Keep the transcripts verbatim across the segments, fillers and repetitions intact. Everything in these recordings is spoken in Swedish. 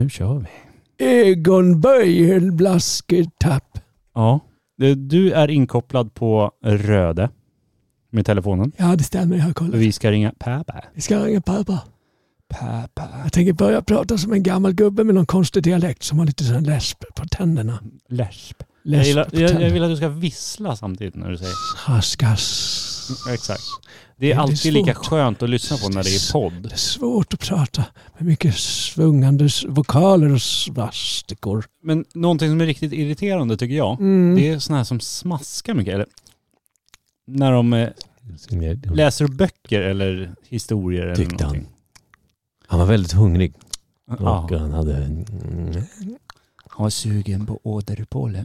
Nu kör vi. Egon Böjelblasketapp. Ja, du är inkopplad på Röde med telefonen. Ja, det stämmer. Jag har kollat. Vi ska ringa pappa. Vi ska ringa pappa. Pappa. Jag tänker börja prata som en gammal gubbe med någon konstig dialekt som har lite sån läsp på tänderna. Läsp. läsp Jag, gillar, på jag, tänderna. jag vill att du ska vissla samtidigt när du säger. Haskas. Exakt. Det är Det är alltid svårt. lika skönt att lyssna på när det är podd. Det är svårt att prata med mycket svungande vokaler och svastikor. Men någonting som är riktigt irriterande tycker jag, Mm. det är såna här som smaskar mycket. Eller när de eh, läser böcker eller historier eller Tyckte någonting. Han var väldigt hungrig. Ja. Och han hade... Han var sugen på åderpåle.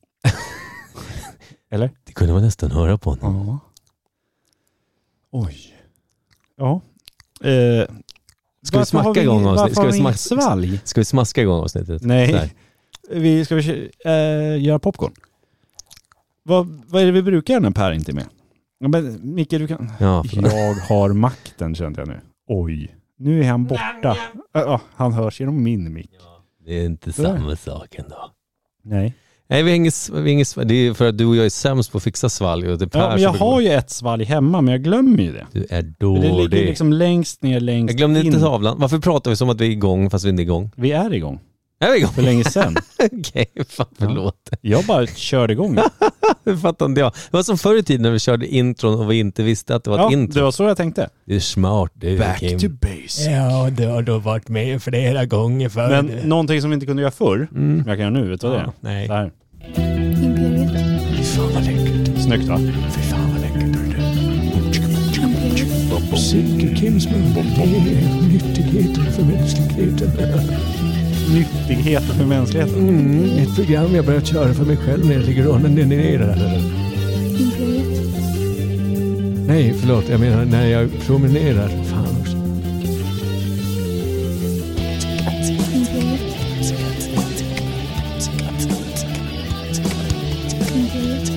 Eller? Det kunde man nästan höra på honom. Ja. Oj. Ja. Eh, Ska vi smacka igång avsnittet? Ska vi smaska, svalg? ska vi smaska igång avsnittet? Nej. Där. Vi ska vi äh, göra popcorn. Vad, vad är det vi brukar göra när Per inte är med? Ja, men Micke, du kan... Ja, jag har makten, kände jag nu. Oj. Nu är han borta. Uh, han hörs genom min mick. det är inte samma sak ändå. Nej. Nej, vi hänger, vi hänger, det är för att du och jag är sämst på att fixa svalg. Och det är Per Ja, men jag som har ju ett svalg hemma, men jag glömmer ju det. Du är Det dålig. ligger liksom längst ner, längst Jag glömde in. inte tavlan. Varför pratar vi som att vi är igång fast vi inte är igång? Vi är igång. Är vi igång? För länge sedan. Okej, fan förlåt. Jag bara körde igång. Det fattar inte jag. Det var som förr i tiden när vi körde intron och vi inte visste att det var Ja, ett intro. det var så jag tänkte. Det är smart. Det är Back Kim. to basic. Ja, det har du varit med flera gånger förr. Men någonting som vi inte kunde göra förr, Mm. som jag kan göra nu, vet du vad det är? Nej. Så här. Imperiet. Fy fan vad läckert. Snyggt va? Fy fan vad läckert. Silke Kims mun. Det är nyttigheten för mänskligheten. Nyttigheter för mänskligheten. Mm, ett program jag börjat köra för mig själv när jag ligger och onanerar. Imperiet. Nej, förlåt. Jag menar när jag promenerar. Fan också. Imperiet. Imperiet.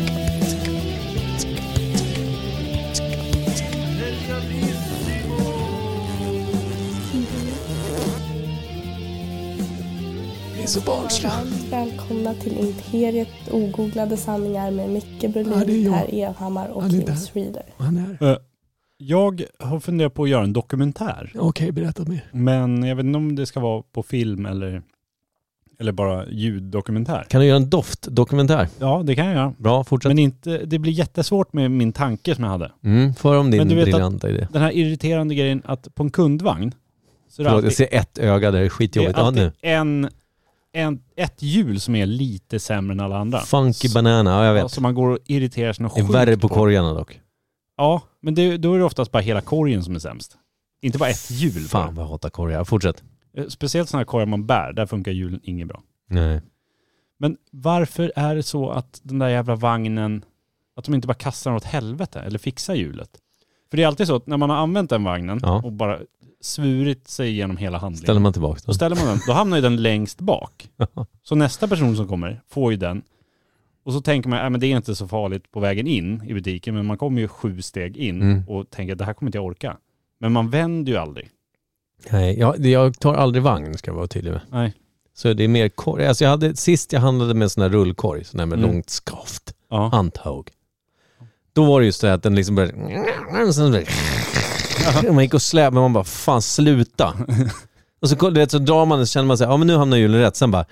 Det är så barnsligt. Varmt välkomna till Imperiet ogooglade sanningar med Micke Ja, det är Berlin, jag. Per Evhammar och Han är Kim där. Schreeder. Han är. Uh, jag har funderat på att göra en dokumentär. Okej, berätta mer. Men jag vet inte om det ska vara på film eller, eller bara ljuddokumentär. Kan du göra en doftdokumentär? Ja, det kan jag göra. Bra, fortsätt. Men inte, det blir jättesvårt med min tanke som jag hade. Mm, för om din Men du vet briljanta idé. Den här irriterande grejen att på en kundvagn så är det Förlåt, jag alltid, ser ett öga där, det är det skitjobbigt. är Ja, alltid nu. en, en, ett hjul som är lite sämre än alla andra. Funky Så- banana, ja, jag vet. Så man går och irriterar sig något Det är sjukt värre på på. korgarna dock. Ja, men det, då är det oftast bara hela korgen som är sämst. Inte bara ett hjul. Fan vad jag hatar korgar. Fortsätt. Eh, Speciellt sådana här korgar man bär, där funkar hjulen inget bra. Nej. Men varför är det så att den där jävla vagnen, att de inte bara kastar den åt helvete eller fixar hjulet? För det är alltid så att när man har använt den vagnen Ja. och bara svurit sig genom hela handlingen. Ställer man tillbaka Då då? ställer man den, då hamnar ju den längst bak. Så nästa person som kommer får ju den. Och så tänker man, äh, men det är inte så farligt på vägen in i butiken, men man kommer ju sju steg in Mm. och tänker att det här kommer inte jag orka. Men man vänder ju aldrig. Nej, jag, jag tar aldrig vagn, ska jag vara tydlig med. Nej. Så det är mer korg. Alltså jag hade, sist jag handlade med en sån här rullkorg, sån här med Mm. långt skaft. Ja. Handtag. Då var det just det att den liksom började... Sen började man gick och släp, men man bara, fan sluta. Och så, du vet, så drar man och så känner man sig, ja men nu hamnar hjulen rätt. Sen bara,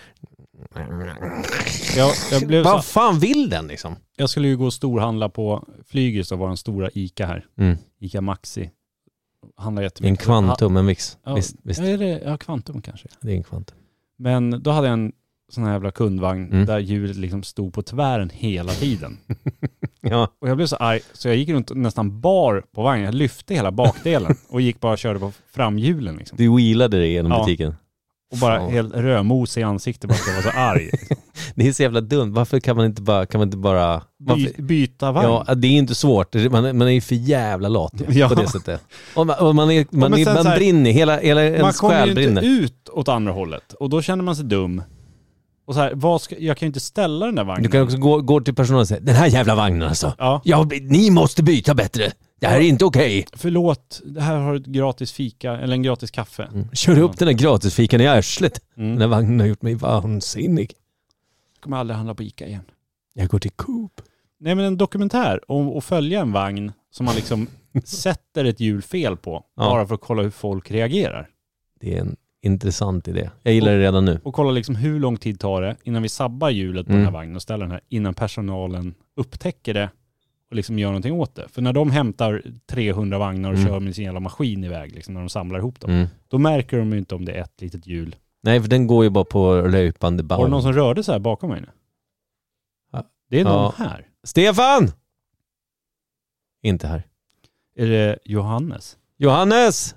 Jag, jag, blev vad så, fan vill den liksom? jag skulle ju gå och storhandla på Flygis och vara en stora Ica här. Mm. Ica Maxi. Handlar Det är en jättemycket. kvantum, en vix. Ja, Visst, visst. Ja, är det, ja, kvantum kanske. Det är en kvantum. Men då hade jag en sån här jävla kundvagn Mm. där hjulet liksom stod på tvären hela tiden. Ja. Och jag blev så arg så jag gick runt nästan bar på vagnen. Jag lyfte hela bakdelen och gick bara och körde på framhjulen liksom. Du wheelade det genom Ja. butiken. Och bara Fan. helt rödmos i ansiktet bara att jag var så arg. Liksom. Det är så jävla dumt. Varför kan man inte bara... Kan man inte bara varför? By, byta vagn. Ja, det är inte svårt. Man, man är ju för jävla lat ju, Ja. på det sättet. Och man, och man, är, man, men är, sen man så här- brinner. Hela, hela Man ens kommer själ ju brinner. inte ut åt andra hållet. Och då känner man sig dum. Och så här, vad ska, jag kan ju inte ställa den där vagnen. Du kan också gå, gå till personalen och säga, den här jävla vagnen alltså. Ja. Ja, ni måste byta bättre. Det här är inte okej. Förlåt, det här har ett gratis fika eller en gratis kaffe. Mm. Kör upp den här gratisfikan i arslet. Mm. Den här vagnen har gjort mig vansinnig. Jag kommer aldrig handla på Ica igen. Jag går till Coop. Nej, men en dokumentär om att följa en vagn som man liksom sätter ett hjul fel på. Ja. Bara för att kolla hur folk reagerar. Det är en intressant idé. Jag gillar det redan nu. Och kolla liksom hur lång tid tar det innan vi sabbar hjulet på Mm. den här vagnen och ställer den här innan personalen upptäcker det och liksom gör någonting åt det. För när de hämtar trehundra vagnar och Mm. kör med sin jävla maskin iväg liksom, när de samlar ihop dem, Mm. då märker de ju inte om det är ett litet hjul. Nej, för den går ju bara på löpande Var det band. någon som rörde så här bakom mig nu? Ja. Det är någon Ja. här. Stefan! Inte här. Är det Johannes? Johannes!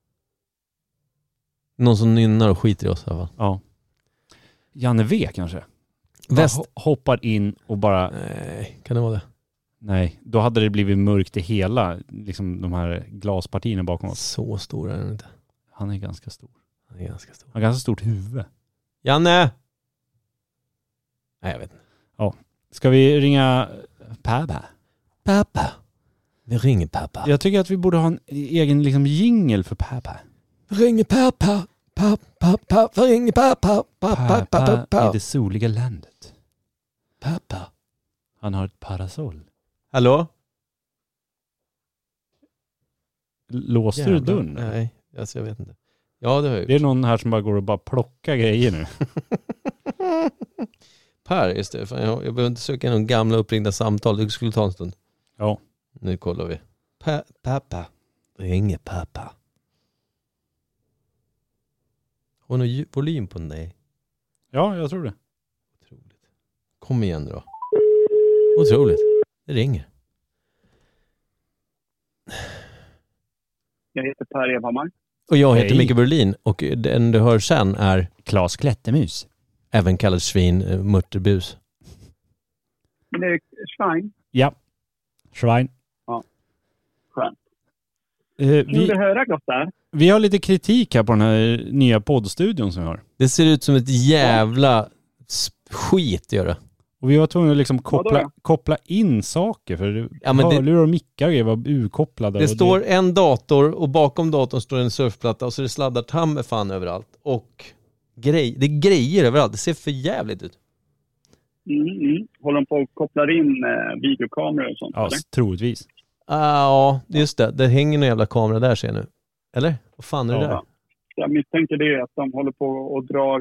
Någon som nynnar och skiter i oss i alla fall. Ja. Janne V kanske? Väst... Bara ho- hoppar in och bara... Nej, kan det vara det? Nej, då hade det blivit mörkt i hela liksom de här glaspartierna bakom oss. Så stor är den inte. Han är ganska stor. Han är ganska stor. Han har ganska stort huvud. Janne! Nej, jag vet inte. Ska vi ringa pappa? Pappa. Vi ringer pappa. Jag tycker att vi borde ha en egen liksom jingle för pappa. Ringer pappa. Pappa, pappa, ringer pappa. Pappa, pappa, i pappa. det soliga landet. Pappa. Han har ett parasoll. Hallå? Låste du Jävlar. dörren? Nej, alltså jag vet inte. Ja, det har jag Det gjort. är någon här som bara går och bara plockar grejer nu. Per, just det. Fan, jag, jag behöver inte söka någon gamla uppringda samtal. Det skulle ta en stund. Ja. Nu kollar vi. Pa, pappa. Ringer pappa. Har du någon volym på den? Nej. Ja, jag tror det. Otroligt. Kom igen då. Otroligt. Det ringer. Jag heter Per Evhammar. Och jag heter Hej. Micke Berlin. Och den du hör sen är Klas Klättermus. även kallad svin, eh, mörterbus. Men det är Schwein. Ja. Schwein. Skönt. Eh, Kul vi, att höra gott där. vi har lite kritik här på den här nya poddstudion som vi har. Det ser ut som ett jävla sp- skit gör det. Och vi var tvungna att liksom Vadå koppla, då? koppla in saker. För Ja, men det- hörlurar och mickar och grejer var urkopplade. Det och står en dator och bakom datorn står en surfplatta och så är det sladdar ta med fan överallt. Och grej, det är grejer överallt. Det ser för jävligt ut. Mm, mm. Håller de på och kopplar in eh, videokameror och sånt? Ja, eller? troligtvis. Ah, ja, just det. Det hänger en jävla kamera där ser jag nu. Eller? Vad fan är det Ja. där? Jag misstänker det att de håller på och drar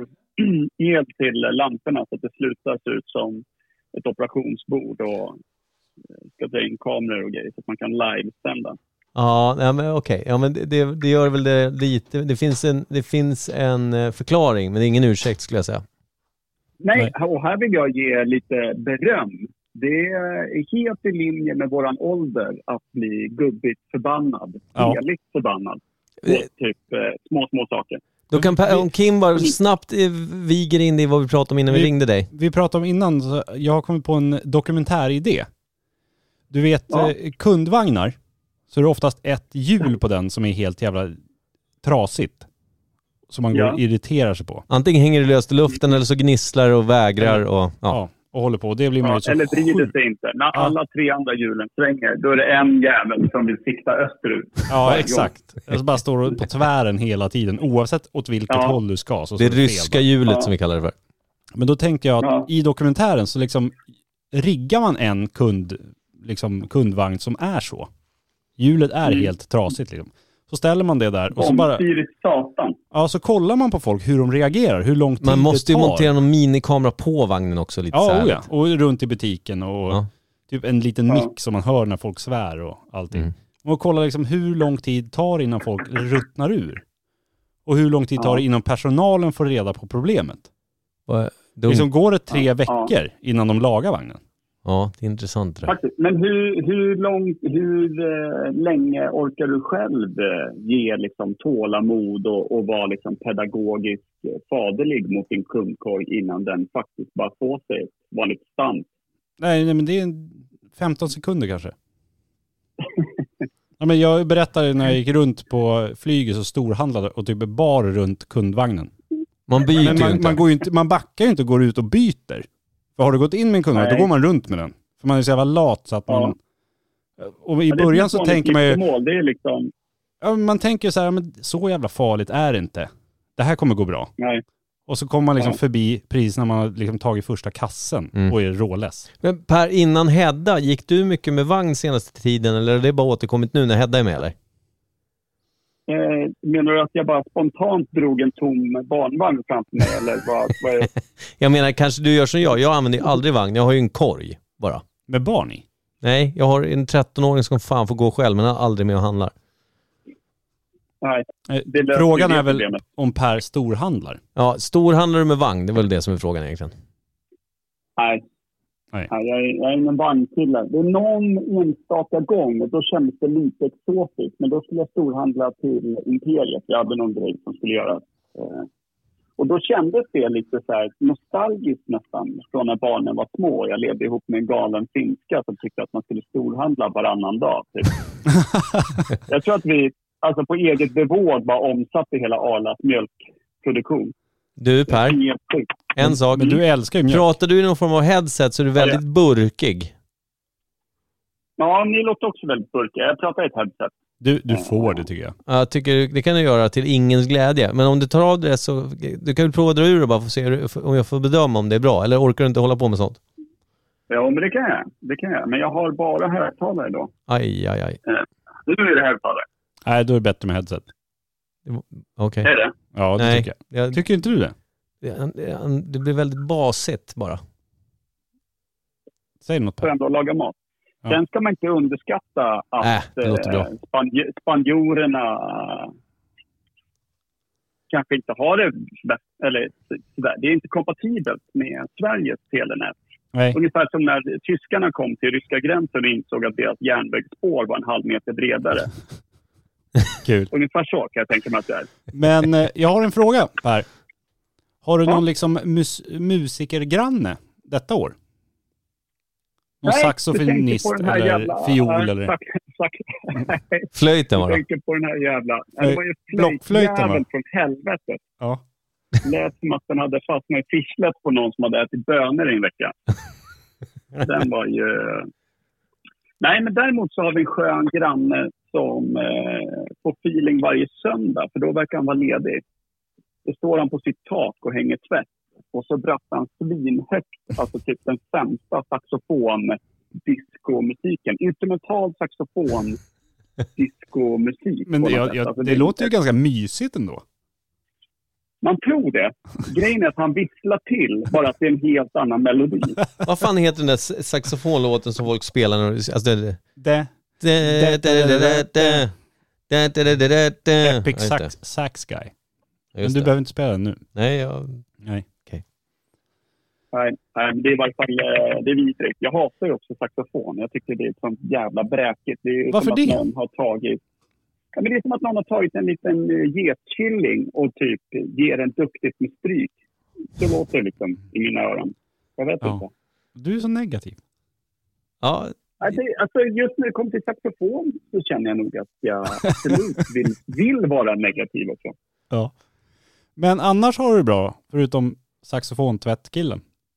el till lamporna så att det slutar se ut som ett operationsbord och eh, ska dra in kameror och grejer så att man kan livesända. Ja, nej, men okej. Ja, men det, det, det gör väl det lite. Det finns, en, det finns en eh, förklaring, men det är ingen ursäkt skulle jag säga. Nej, och här vill jag ge lite beröm. Det är helt i linje med våran ålder att bli gubbigt förbannad. Ja. Heligt förbannad. På Eh. typ eh, små, små saker. Då kan Per, om Kim bara snabbt eh, viger in i vad vi pratade om innan vi, Vi- ringde dig. Vi pratade om innan, så jag har kommit på en dokumentäridé. Du vet, Ja. eh, kundvagnar, så är det oftast ett hjul på den som är helt jävla trasigt. Som man går Ja. och irriterar sig på. Antingen hänger det löst i luften eller så gnisslar och vägrar och ja. Ja. Och håller på. Och det blir man Ja, ju så eller vrider sjukt. sig inte. När alla tre andra hjulen svänger, då är det en jävel som vill sikta österut. Ja, Varje exakt. Jag bara står på tvären hela tiden, oavsett åt vilket Ja. håll du ska. Så Det står fel ryska bara. hjulet Ja. som vi kallar det för. Men då tänkte jag att Ja. i dokumentären så liksom riggar man en kund, liksom kundvagn som är så. Hjulet är Mm. helt trasigt liksom. Så ställer man det där och så bara, Omstyr satan. ja, så kollar man på folk hur de reagerar, hur lång tid Man måste det ju tar. montera någon minikamera på vagnen också lite så Ja, här. oh ja, och runt i butiken och Ja. typ en liten Ja. mick som man hör när folk svär och allting. Mm. Och kolla liksom hur lång tid tar innan folk ruttnar ur. Och hur lång tid tar det Ja. innan personalen får reda på problemet. Och, de, Liksom går det tre Ja. veckor innan de lagar vagnen? ja, det är intressant det där. Faktiskt. Men hur, hur, lång, hur eh, länge orkar du själv eh, ge liksom, tålamod och, och vara liksom, pedagogisk eh, faderlig mot din kundkorg innan den faktiskt bara får sig ett vanligt stamp? Nej, nej men det är en femton sekunder kanske. Ja, men jag berättade när jag gick runt på flyget så storhandlade och typ bar runt kundvagnen. Man byter Men ju man, inte. man, går ju inte, man backar ju inte och går ut och byter. För har du gått in med en kundvagn, då Nej. går man runt med den. För man är så jävla lat så att man... Ja. Och i Men det är början ett så vanligt tänker man ju, giftermål, det är liksom, ja, man tänker ju så här, men så jävla farligt är det inte. Det här kommer gå bra. nej. Och så kommer man liksom Ja. förbi pris när man har liksom tagit första kassen Mm. och är råless. Men Per, innan Hedda, gick du mycket med vagn senaste tiden eller är det bara återkommit nu när Hedda är med eller? Eh, menar du att jag bara spontant drog en tom barnvagn framför mig? Eller vad, vad är... Jag menar, kanske du gör som jag. Jag använder ju aldrig vagn. Jag har ju en korg bara. Med barn i. Nej, jag har en tretton-åring som fan får gå själv, men han är aldrig med och handlar. Nej, Eh, det löser Frågan det är väl problemet. om Per storhandlar. Ja, storhandlar du med vagn? Det är väl det som är frågan egentligen. Nej. Nej. Nej, jag, är, jag är ingen bankkille. Det är någon enstaka gång och då kändes det lite exotiskt. Men då skulle jag storhandla till Imperiet. Jag hade någon grej som skulle göras. Eh, och då kändes det lite så här nostalgiskt nästan från när barnen var små. Jag levde ihop med en galen finska som tyckte att man skulle storhandla varannan dag. Typ. Jag tror att vi alltså på eget bevåg bara omsatte hela Arlas mjölkproduktion. Du Per, Helt sjukt. en sak. Men du älskar ju mjölk. Pratar du i någon form av headset så är du väldigt burkig. Ja, ni låter också väldigt burkiga. Jag pratar i ett headset. Du, du får det tycker jag. Jag tycker det kan du göra till ingens glädje. Men om du tar av det så du kan väl prova att dra ur det bara för att se hur- om jag får bedöma om det är bra. Eller orkar du inte hålla på med sånt? Ja, men det kan jag. Det kan jag. Men jag har bara högtalare då. Aj, aj, aj. Nu är det högtalare. Nej, då är det bättre med headset. Okej. Är det? Ja, det Nej, tycker jag. jag, Tycker inte du det? det, det, det blir väldigt basigt bara. Säg något För Per. ändå att laga mat. Ja. Sen ska man inte underskatta att Äh, det låter bra. eh, spanj- spanjorerna eh, kanske inte har det bäst, eller sådär. Det är inte kompatibelt med Sveriges telenät. Nej. Ungefär som när tyskarna kom till ryska gränsen och insåg att deras järnvägsspår var en halv meter bredare. Kul. Ungefär så kan jag tänka mig att det är. Men eh, jag har en fråga Per. Har du Ja. någon liksom mus- musikergranne detta år? Någon Nej, saxofonist du tänker på den här eller jävla- fiol ja, eller? sax- sax- Flöjten var Jag det. tänker på den här jävla... Det var ju Blockflöjten, va? flöjtjäveln från helvetet. Ja. Lät som att den hade fastnat i fischlet på någon som hade ätit bönor i en vecka. Den var ju... Nej, men däremot så har vi en skön granne som eh, får feeling varje söndag. För då verkar han vara ledig. Då står han på sitt tak och hänger tvätt. Och så brattar han svinhögt. Alltså typ den sämsta saxofon-disco-musiken. Instrumental saxofon disco-musik. Men på det, något jag, sätt. jag, Alltså, det låter ju ganska mysigt ändå. Man tror det. Grejen är att han visslar till, bara att det är en helt annan melodi. Vad fan heter den där saxofonlåten som folk spelar? När, alltså det, Det, det, det, det, det, det, det, det, det, det, det. Epic Ja, just det. sax, sax Guy. Men Just du det. behöver inte spela den nu. Nej, jag... Nej. Nej, nej, men det är i varje fall eh, det är vidrigt. Jag hatar ju också saxofon. Jag tycker det är ett sånt jävla bräkigt. Det är Varför som det? att någon har tagit... Ja, men det är som att någon har tagit en liten uh, getkilling och typ ger den duktigt med stryk. Så låter det liksom i mina öron. Jag vet Ja. inte. Du är så negativ. Ja, Alltså, alltså just när det kommer till saxofon så känner jag nog att jag absolut vill, vill vara negativ också. Ja. Men annars har du det bra, förutom saxofontvättkillen.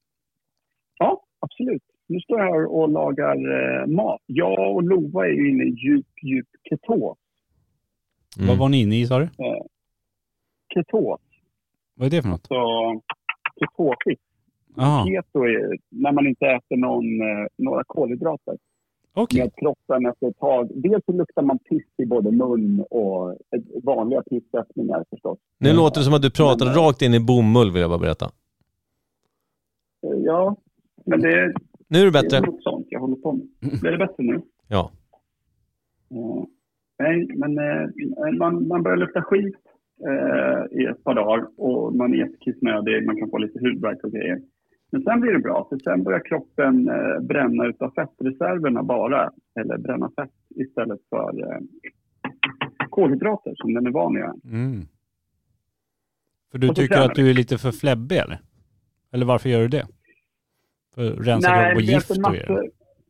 Ja, absolut. Nu står jag här och lagar eh, mat. Jag och Lova är ju inne i djup, djup ketos. mm. Vad var ni inne i, sa du? Eh, ketos. Vad är det för något? Så ketosigt. Jaha, Keto är när man inte äter någon, eh, några kolhydrater. okej. Med kroppen efter ett tag. Dels så luktar man piss i både mun och eh, vanliga pissättningar förstås. Nu Mm. låter det som att du pratar rakt in i bomull, vill jag bara berätta. Eh, ja, men det är... Nu är det Det bättre. är något sånt jag håller på med. Blir det bättre nu? Ja. Uh, nej, men uh, man, man börjar lukta skit uh, i ett par dagar och man är jättekissnödig, man kan få lite hudvärk och grejer. Men sen blir det bra, för sen börjar kroppen uh, bränna utav fettreserverna bara, eller bränna fett istället för uh, kolhydrater som den är van att göra. Mm. För du Och så tycker tränar att du är lite för fläbbig, eller? Eller varför gör du det? För att rensa kropp och det är gift inte och grejer? massor-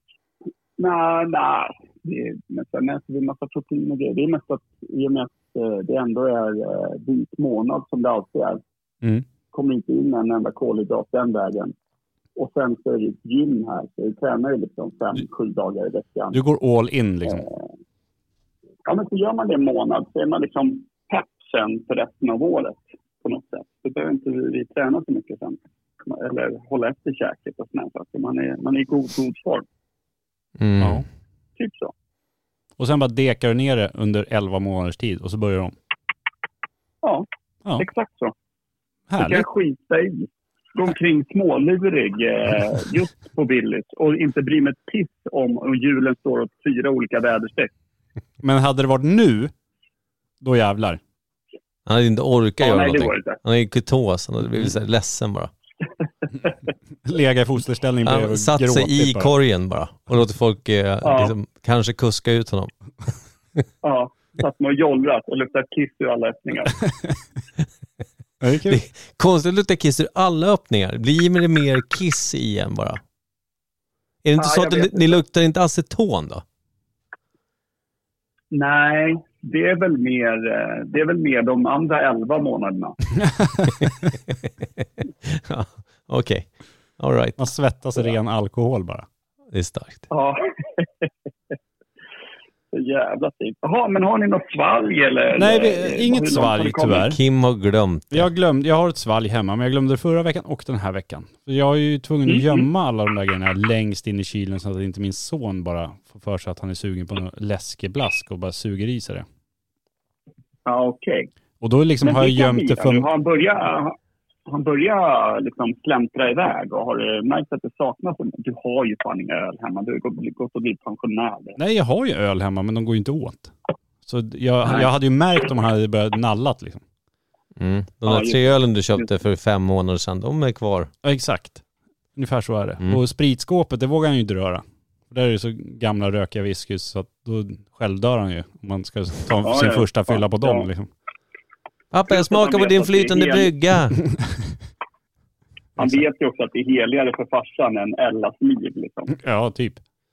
Nej, nej. Det är mest, mest, det är massa protein och grejer. Det är mest att i och med att eh, det ändå är eh, vit månad som det alltid är. Mm. Kommer inte in en enda kolhydrat den vägen. Och sen så är det ett gym här. Så vi tränar ju liksom fem, sju dagar i veckan. Du går all in liksom? Eh, ja, men så gör man det en månad. Så är man liksom pepp sen för resten av året på något sätt. Så behöver inte vi, vi träna så mycket sen. Eller hålla efter käket och sådär. Så man är, man är i god, god form. Mm. Ja. Typ så. Och sen bara dekar du ner det under elva månaders tid och så börjar de? Ja, Ja. exakt så. Du Härligt. kan skita i. Gå omkring smålurig eh, just på Billys. Och inte bry mig ett piss om om julen står åt fyra olika väderstreck. Men hade det varit nu, då jävlar. Han hade inte orkat Ja, göra nej, det någonting. går inte. Han är ju kutos. Han hade blivit så här ledsen bara. Lägga i fosterställning bredvid Han och satt sig gråtit i bara. korgen bara. Och låter folk eh, Ja. liksom, kanske kuska ut honom. Ja, satt med och jollrat och luktat kiss ur alla öppningar. Ja, det är kul. Det är konstigt att lukta kiss ur alla öppningar. Blir det mer kiss igen bara? Är det inte Ja, så jag att ni, vet ni inte. luktar inte aceton då? Nej, det är väl mer, eh, det är väl mer de andra elva månaderna. Ja, okej. All right. Man svettas ren alkohol bara. Det är starkt. Ja. Så jävla fint. Jaha, men har ni något svalg eller? Nej, vi, eller- inget hur långt svalg har det kommit? tyvärr. Kim har glömt det. Jag, glömde, jag har ett svalg hemma, men jag glömde det förra veckan och den här veckan. Så jag är ju tvungen att Mm. gömma alla de där grejerna längst in i kylen så att inte min son bara får för sig att han är sugen på något läskeblask och bara suger i sig det. Ja, okej. Och då liksom Men har jag det kan gömt vi det göra. för... Har han börjat, han börjar liksom släntra iväg och har du märkt att det saknas? Du har ju fan inga öl hemma. Du har gått, gått och blivit pensionär. Nej, jag har ju öl hemma, men de går ju inte åt. Så jag, Nej. jag hade ju märkt om han hade börjat nallat liksom. Mm. De Ja, där just- tre ölen du köpte för fem månader sedan, de är kvar. Ja, exakt. Ungefär så är det. Mm. Och spritskåpet, det vågar han ju inte röra. Där är det så gamla rökiga whiskys så att då självdör han ju. Om man ska ta Ja, sin ja. första fylla på Ja. dem liksom. Pappa, jag smakar på vet din att det är flytande helt- brygga. Han vet ju också att det är heligare för farsan än Ellas liv. Liksom. Ja, typ.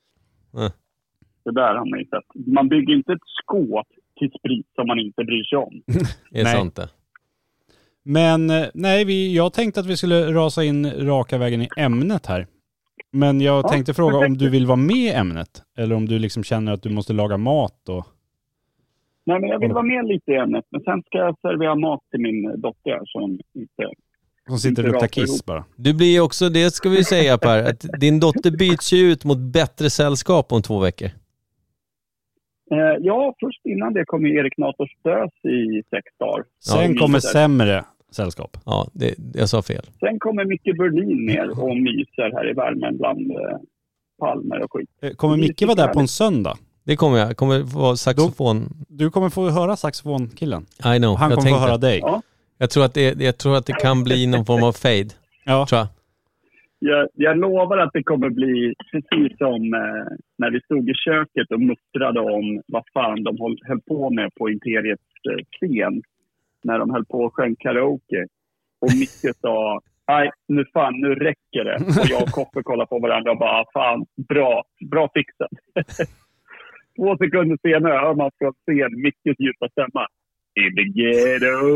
Det där har man ju sett. Man bygger inte ett skåp till sprit som man inte bryr sig om. Det är Nej. sant det. Men eh, nej, vi, jag tänkte att vi skulle rasa in raka vägen i ämnet här. Men jag Ja, tänkte fråga om perfekt. du vill vara med i ämnet. Eller om du liksom känner att du måste laga mat och... Nej, men jag vill vara med lite i ämnet. Men sen ska jag servera mat till min dotter som inte... Som sitter och Inte luktar rakt kiss ihop. bara. Du blir ju också, det ska vi säga Per, att din dotter byts ju ut mot bättre sällskap om två veckor. Eh, ja, först innan det kommer Erik Nators dös i sex dagar. Sen Ja, kommer myser. sämre sällskap. Ja, det, jag sa fel. Sen kommer Micke Berlin ner och myser här i värmen bland eh, palmer och skit. Eh, Kommer Micke vara där på en söndag? Det kommer jag. Kommer vara saxofon. Du kommer få höra saxofonkillen. I know. Han jag kommer få tänkte. höra dig. Ja. Jag tror, att det, jag tror att det kan bli någon form av fade. Ja. Tror jag. Jag, jag lovar att det kommer bli precis som eh, när vi stod i köket och muttrade om vad fan de höll, höll på med på Imperiets eh, scen. När de höll på och sjöng karaoke. Och Micke sa, nej nu fan, nu räcker det. Och jag och Koffe kollade på varandra och bara, fan, bra, bra fixat. Två sekunder senare hör man från scen Mickes djupa stämma. In the ghetto.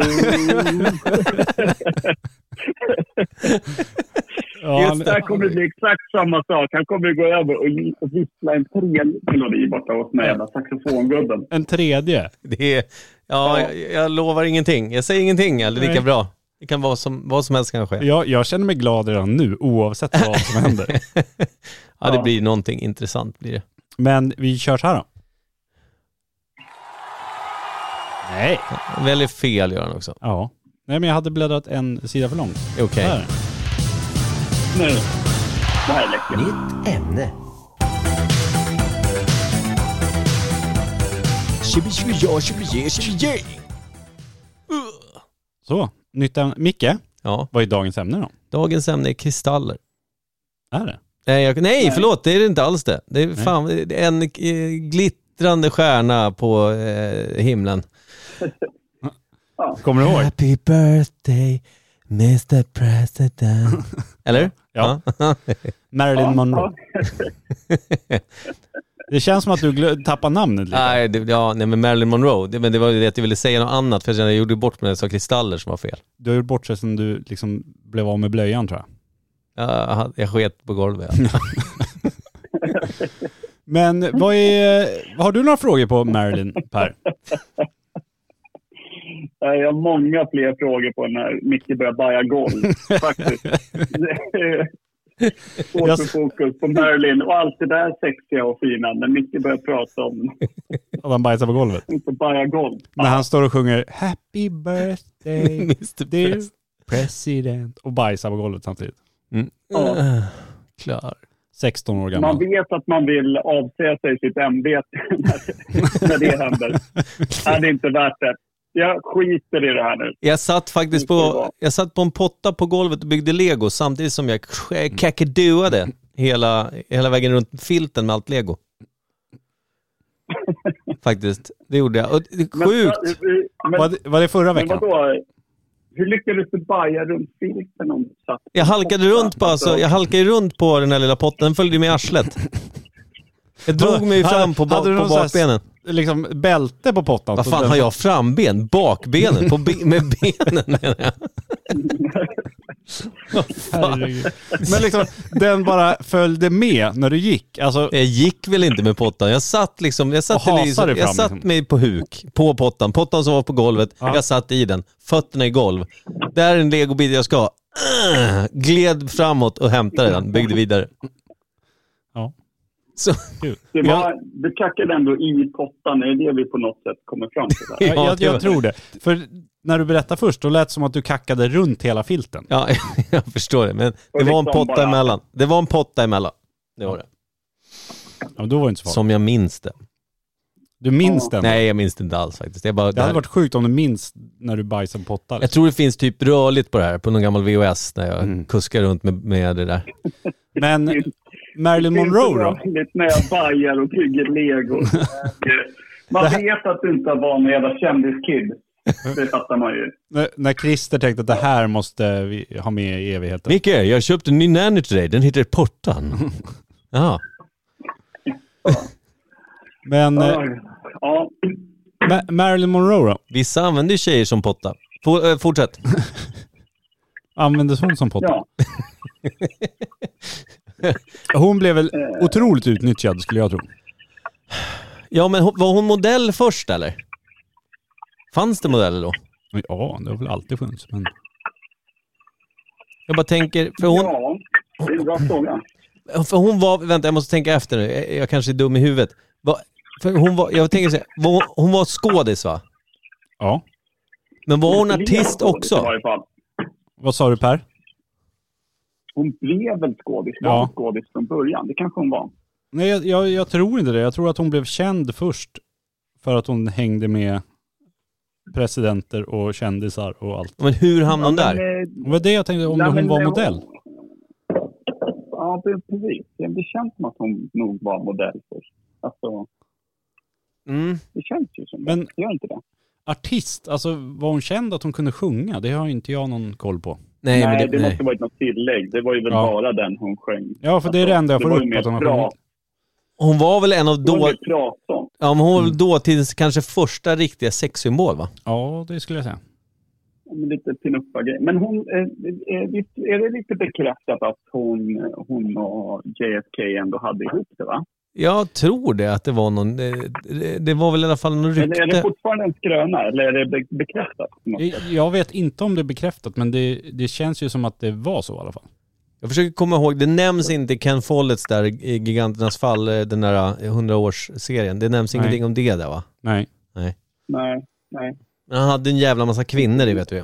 Ja, Just han, där kommer det bli exakt samma sak. Han kommer gå över och, och vissla en tredje melodi borta hos mig, jävla saxofongubben. en tredje. Det är, ja, Ja. jag, jag lovar ingenting. Jag säger ingenting, eller lika Nej. bra. Det kan vara som, vad som helst kan ske. Jag, jag känner mig glad redan nu oavsett vad som händer. Ja, det Ja. blir någonting intressant blir det. Men vi kör så här då. Nej. Väldigt fel gör han också. Ja. Nej, men jag hade bläddrat en sida för långt. Okej. Där. Nu. Det här är läckert. Nytt ämne. Så, nytt ämne. Micke, Ja, vad är dagens ämne då? dagens ämne är kristaller. Är det? Nej, jag, nej, Nej. förlåt, det är det inte alls det. Det är fan det är en eh, glittrande stjärna på eh, himlen. Kommer du ihåg? Happy birthday, mister President. Eller? Ja. Ja. Marilyn Ja, Monroe. ja. Det känns som att du glö- tappar namnet lite. Nej, det, ja, nej, men Marilyn Monroe. Det, men det var ju det att jag ville säga något annat. För jag gjorde bort med det, så kristaller som var fel. Du har gjort bort sig sen du liksom blev av med blöjan, tror jag. Jag, jag sket på golvet. Men vad är, har du några frågor på Marilyn, Per? Jag har många fler frågor på när Micke börjar baja golv. Faktiskt. Återfokus på Marilyn och allt det där sexiga och fina. När Micke börjar prata om Att han bajsar på golvet. inte baja golv. När han står och sjunger Happy birthday mister dear Pres- president och bajsar på golvet samtidigt. Mm. Ja. Klar. sexton år Man gammal. vet att man vill avsäga sig sitt ämbete när, när det händer. Är det inte värt det? Jag skiter i det här nu. Jag satt faktiskt på, jag satt på en potta på golvet och byggde Lego samtidigt som jag kackaduade hela, hela vägen runt filten med allt Lego. Faktiskt, det gjorde jag. Och, Men, sjukt! men, Var det, var det förra men veckan? vadå? Hur lyckades du baja runt filten om du satt? Jag halkade runt på, alltså, jag halkade runt på den här lilla potten, den följde med i arslet. Jag drog mig fram på, ba- Hade du på någon sån här bakbenen. Liksom bälte på pottan? Vad fan har jag framben? Bakbenen? På be- med benen menar jag. Herregud. Men liksom, den bara följde med när du gick. Alltså, Jag gick väl inte med pottan. Jag satt liksom, jag satt, Och i, hasade jag fram, satt liksom. mig på huk, på pottan. Pottan som var på golvet, Ja. jag satt i den. Fötterna i golv. Där är en legobit jag ska. Uh, gled framåt och hämtade den, byggde vidare. ja. Så, Kul. Det Men var, du kackade ändå i pottan, är det vi på något sätt kommer fram till där? jag, Ja, jag, det var- jag tror det. För när du berättade först, då lät det som att du kackade runt hela filten. ja, jag förstår det. Men det Och var en liksom potta bara- emellan. Det var en potta emellan. Det var det. Ja, då var det inte så farligt. Som jag minns det. Du minns den? Nej, jag minns det inte alls faktiskt. Jag, bara, Det det hade här, varit sjukt om du minns när du bajsade på pottar. jag tror det finns typ rörligt på det här, på någon gammal V H S när jag Mm. kuskar runt med, med det där. Men Marilyn Det är Monroe så då? roligt när jag bajar och bygger lego. Man Det här- vet att du inte var en jävla kändiskid. Det fattar man ju. När, när Christer tänkte att det här måste vi ha med i evigheten. Micke, jag köpte en ny nanny till dig. Den heter Portan. Ja. Men eh, Ja, Ma- Marilyn Monroe då? Vissa använder ju tjejer som potta. For, äh, fortsätt. Användes hon som potta? ja. Hon blev väl otroligt utnyttjad skulle jag tro. Ja, men var hon modell först eller? Fanns det modeller då? Ja, det har väl alltid funnits. Men... Jag bara tänker, för hon, Ja, det är en bra fråga. för hon var, vänta jag måste tänka efter nu, jag, jag kanske är dum i huvudet. Va, för hon var, jag tänker säga, var, hon var skådis va? Ja. Men var hon artist I också? varje fall. Vad sa du Per? Hon blev väl skådis, var Ja. skådis från början. Det kanske hon var. Nej, jag, jag, jag tror inte det. Jag tror att hon blev känd först för att hon hängde med presidenter och kändisar och allt. Men hur hamnade hon Ja, där? men, eh, Det var det jag tänkte, om nej, hon men, var eh, modell. Ja, det- precis. Det det känns som att hon nog var modell först. Alltså, Mm. det känns ju som Men- det. Gör inte det? Artist, alltså var hon känd att hon kunde sjunga? Det har inte jag någon koll på. Nej, Nej, men det, det, nej. måste varit något tillägg. Det var ju väl Ja. bara den hon sjöng. Ja, för det är det enda jag får var ju upp mer att hon har prat. sjungit. Hon var väl en av Det var då, mer pratsång. ja, men hon var väl Mm. dåtidens kanske första riktiga sexsymbol va? Ja, det skulle jag säga. Men lite pinuppa-grej. Men hon, eh, eh, visst är det lite bekräftat att hon, hon och J F K ändå hade ihop det, va? Jag tror det, att det var någon, det, det, det var väl i alla fall någon Eller är det rykte. fortfarande en skröna? Eller är det be- bekräftat? på något sätt? Jag vet inte om det är bekräftat, men det, det känns ju som att det var så i alla fall. Jag försöker komma ihåg, det nämns inte i Ken Folletts där i Giganternas fall, eh, den där hundraårsserien. Det nämns Nej. ingenting om det där va? Nej. Nej, nej. Men han hade en jävla massa kvinnor, det vet vi.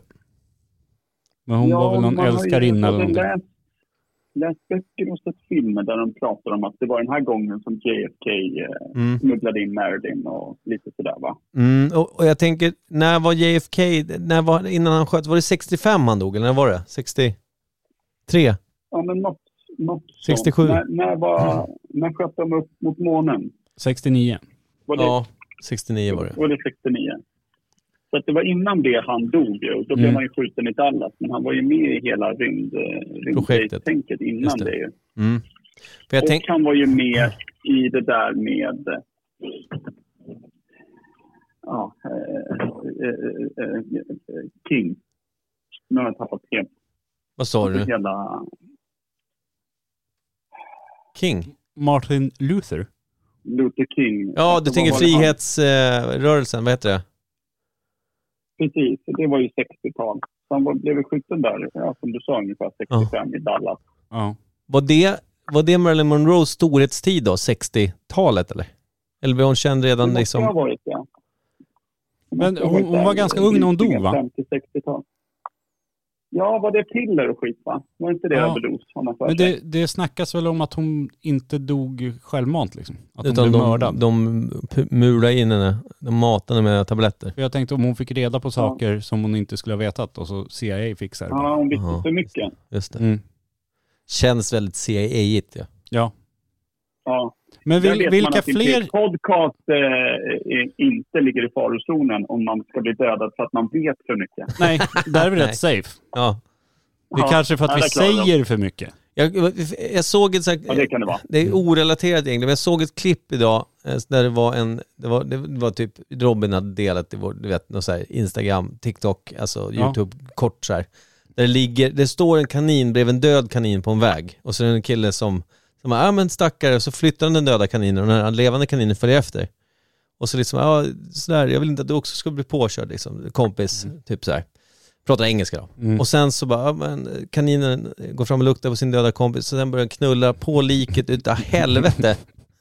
Men hon var väl någon man har ju älskarinna eller både någonting. läst, läst böcker och sett filmer där de pratar om att det var den här gången som J F K eh, Mm. smugglade in Marilyn och lite sådär, va? Mm, och, och jag tänker, när var J F K, när var, innan han sköt, var det sextiofem han dog eller när var det? sextiotre? Ja, men något, något sånt. sextiosju. När, när, var, när sköt de upp mot månen? sextionio. Var det, Ja, sextionio var det. var det sextionio? Så att det var innan det han dog ju. Då blev Mm. han ju skjuten i Dallas. Men han var ju med i hela rymd, Projektet. rymdtänket innan Just det. det. det ju. Mm. För jag Och tänk, han var ju med i det där med eh, ja, eh, eh, eh, eh, King. Nu har jag tappat helt. vad sa du? Hela King? Martin Luther. Luther King. Ja, du Så tänker vad var det han- frihetsrörelsen, vad heter det? Precis, det var ju sextiotal. Så han var, blev skjuten där, ja, som du sa, ungefär sextiofem i Dallas. Ja. Var det, var det Marilyn Monroes storhetstid då, sextiotalet eller? Eller var hon känd redan Det måste liksom... ha varit det. Det Men måste ha hon- varit hon där var ganska i ung när hon dog, va? femtio-sextiotal. Ja, var det piller och skit, va? Var inte det Ja. överdos? Har man för Men sig? det, det snackas väl om att hon inte dog självmant liksom? Att hon Utan blev de, mördad. de pu- mulade in henne, de matade med tabletter. För jag tänkte om hon fick reda på saker som hon inte skulle ha vetat och så C I A fixar det. Ja, hon visste Ja. för mycket. Just det. Mm. Känns väldigt C I A-igt ja. Ja. Ja. Men Där vil, vet man vilka att inte fler... podcast eh, inte ligger i farozonen om man ska bli dödad för att man vet för mycket. Nej, där är vi Nej. rätt safe. Ja. Det är Ja, kanske för att ja, vi där klarar de. säger för mycket. Jag, jag såg ett så här, Ja, det kan det vara. det är orelaterat egentligen, men jag såg ett klipp idag eh, där det var en, det var, det var typ, Robin hade delat i vår, du vet, någon så här Instagram, TikTok, alltså Ja. YouTube, kort så här. Där det ligger, det står en kanin bredvid en död kanin på en väg. Och så är det en kille som, som bara, ja men stackare, så flyttar han den döda kaninen och den här levande kaninen följer efter. Och så liksom, ja sådär, jag vill inte att du också ska bli påkörd liksom, kompis, typ så här. Pratar engelska då. Mm. Och sen så bara, ja, men kaninen går fram och luktar på sin döda kompis och sen börjar den knulla på liket utav helvete.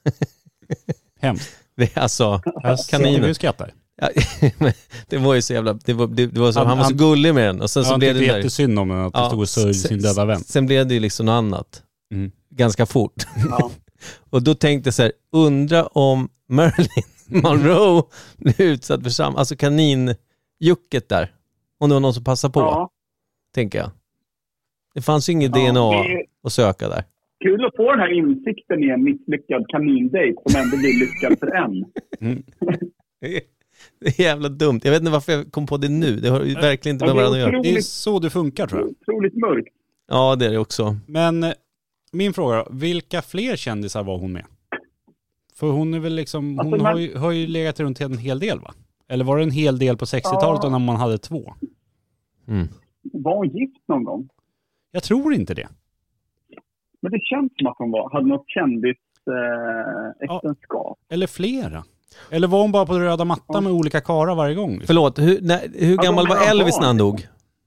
Hemskt. Det är alltså, Jag kaninen. Vi skrattar. Ja, men det var ju så jävla, det var, det, det var så, Han- han var så han- gullig med den. Och sen så Han blev tyckte det där, jättesynd om henne att Ja, det stod och sörj sen- sin döda vän. sen blev det ju liksom något annat. Mm. Ganska fort. Ja. Och då tänkte jag så här, undra om Marilyn Monroe blev utsatt för samma, alltså kaninjucket där. Om det var någon som passade på, Ja. tänker jag. Det fanns ju inget Ja, D N A det är att söka där. kul att få den här insikten i en misslyckad kanindejt som ändå blir lyckad för en. Mm. Det är jävla dumt. Jag vet inte varför jag kom på det nu. Det har ju verkligen inte Ja, med det är varandra att göra. Det är otroligt, så det funkar tror jag. otroligt mörkt. Ja, det är det också. Men eh, min fråga då, vilka fler kändisar var hon med? För hon är väl liksom, hon Alltså, man- har, ju, har ju legat runt en hel del va? Eller var det en hel del på sextiotalet Ja. när man hade två? Mm. Var hon gift någon gång? Jag tror inte det. Men det känns som att hon var, hade något kändis eh, äktenskap. Eller flera. Eller var hon bara på röda mattan Ja. med olika karar varje gång? Liksom? Förlåt, hur, nej, hur Ja, gammal de var har Elvis barn. när han dog?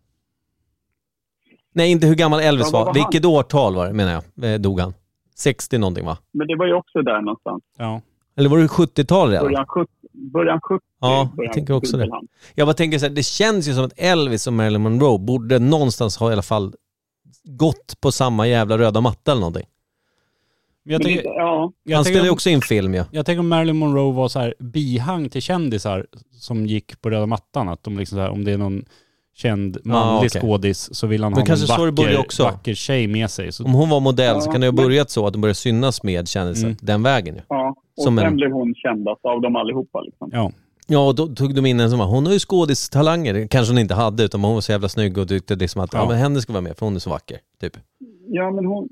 Nej, inte hur gammal Elvis Ja, vad var. var Vilket årtal var det, menar jag, eh, dog han? sextio någonting va? Men det var ju också där någonstans. Ja. Eller var det sjuttiotal redan? Början sjuttio. Början sjuttio Ja, början jag tänker också det. dubbelhand. Jag bara tänker så här, det känns ju som att Elvis och Marilyn Monroe borde någonstans ha i alla fall gått på samma jävla röda matta eller någonting. Men jag Men tänker, det, ja, jag Han tänker spelar ju om- också in film ja. Jag tänker om Marilyn Monroe var så här bihang till kändisar som gick på röda mattan. Att de liksom så här, om det är någon känd manlig okej. skådis så vill han Men ha kanske så någon det börjar vacker, också. vacker tjej med sig. Så, Om hon var modell så Ja, kan det ha men- börjat så att de börjar synas med kändisar Mm. den vägen ju. ja. Och Som sen en- blev hon kändast av dem allihopa. Liksom. ja. Ja, och då tog de in en som var, hon har ju skådistalanger. Det kanske hon inte hade, utan hon var så jävla snygg och tyckte liksom att ja. Ja. men henne ska vara med för hon är så vacker, typ. Ja, men hon,